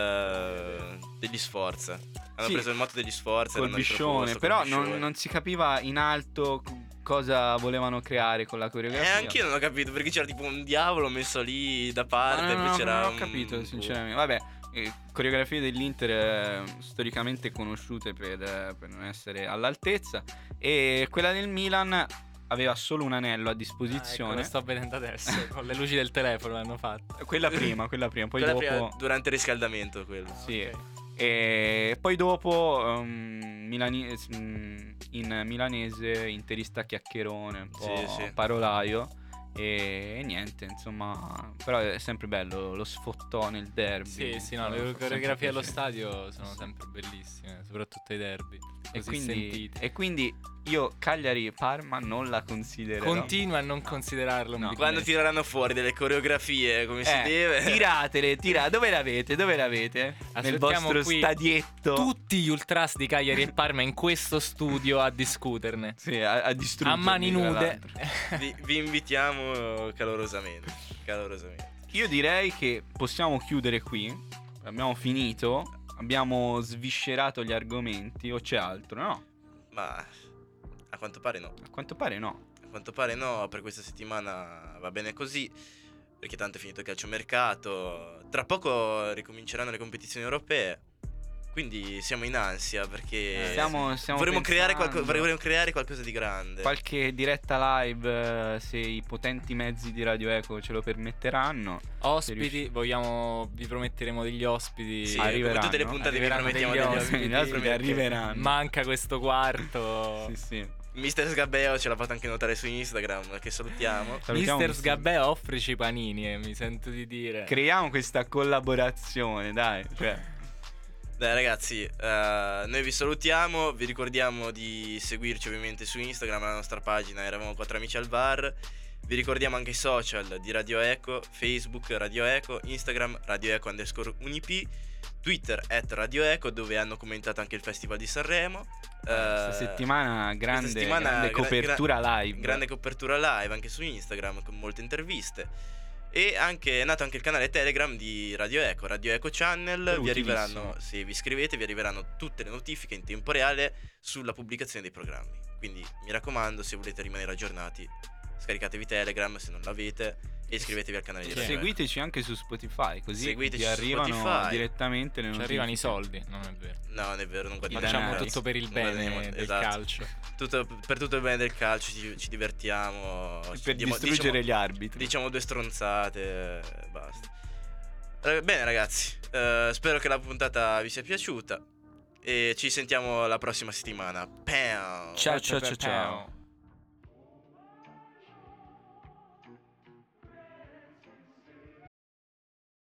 del, degli Sforza. Hanno Sì, preso il motto degli Sforza. Col l'hanno biscione, riproposto col però non, biscione. non si capiva in alto c- cosa volevano creare con la Eh, coreografia. anch'io non ho capito perché c'era tipo un diavolo messo lì da parte. Ma e non, poi ho- c'era non ho un- capito sinceramente. Vabbè, eh, coreografie dell'Inter eh, storicamente conosciute per, eh, per non essere all'altezza. E quella del Milan aveva solo un anello a Ah, ecco, disposizione. lo sto vedendo adesso. Con le luci del telefono l'hanno fatto. Quella prima, quella prima. Poi Quella dopo. prima, durante il riscaldamento quello. Sì. Ok. E poi dopo um, milani- mm, in milanese interista chiacchierone, un po' Sì, sì. parolaio. E, e niente, insomma, però è sempre bello lo sfottò nel derby. Sì, sì, no, Fa le sempre coreografie allo piacere. stadio sono sempre bellissime, soprattutto ai derby. E Così quindi, sentiti. e quindi io Cagliari e Parma non la considererò. Continua a non considerarlo un No. big Quando match. tireranno fuori delle coreografie come si Eh, deve. tiratele, tira, dove l'avete? Dove l'avete? Nel Aspettiamo vostro qui stadietto. Tutti gli ultras di Cagliari e Parma in questo studio a discuterne. Sì, a, a distruggermi, A mani tra nude. l'altro. vi, vi invitiamo calorosamente. Calorosamente. Io direi che possiamo chiudere qui. Abbiamo finito. Abbiamo sviscerato gli argomenti. O c'è altro? No, Ma a quanto pare no. a quanto pare no. A quanto pare no, per questa settimana va bene così. Perché tanto è finito il calciomercato. Tra poco ricominceranno le competizioni europee. Quindi siamo in ansia perché Stiamo, stiamo vorremmo, creare pensando. qualco- vorremmo creare qualcosa di grande. Qualche diretta live, eh, se i potenti mezzi di Radio Eco ce lo permetteranno. Ospiti, vogliamo, vi prometteremo degli ospiti. Sì, arriveranno, come tutte le puntate vi arriveranno promettiamo degli degli ospiti. ospiti. Gli ospiti arriveranno. Manca questo quarto. Sì, sì. mister Sgabbeo ce l'ha fatto anche notare su Instagram, che salutiamo. Salutiamo mister Sgabbè, offrici i panini, eh, mi sento di dire. Creiamo questa collaborazione, dai. Cioè, Dai ragazzi, eh, noi vi salutiamo, vi ricordiamo di seguirci ovviamente su Instagram, la nostra pagina Eravamo Quattro Amici al Bar. Vi ricordiamo anche i social di Radio Eco, Facebook Radio Eco, Instagram Radio Eco underscore Unip, Twitter at Radio Eco, dove hanno commentato anche il Festival di Sanremo. questa Eh, settimana grande, questa settimana grande gra- copertura gra- live. Grande copertura live anche su Instagram con molte interviste. E anche, è nato anche il canale Telegram di Radio Eco, Radio Eco Channel. Però Vi utilissimo. arriveranno, se vi iscrivete, vi arriveranno tutte le notifiche in tempo reale sulla pubblicazione dei programmi. Quindi mi raccomando, se volete rimanere aggiornati, scaricatevi Telegram se non l'avete e iscrivetevi al canale di Radio Eco. Seguiteci anche su Spotify, così Seguiteci vi su arrivano Spotify. direttamente le Ci notifiche. arrivano i soldi, non è vero. No, non è vero, non guadiamo Facciamo denaro. tutto per il Non bene guadagniamo- del esatto. calcio. Tutto, per tutto il bene del calcio ci, ci divertiamo. Per Diamo- distruggere diciamo- gli arbitri. Diciamo due stronzate, eh, basta. Eh, Bene ragazzi, eh, spero che la puntata vi sia piaciuta e ci sentiamo la prossima settimana. Pam! Ciao ciao ciao ciao.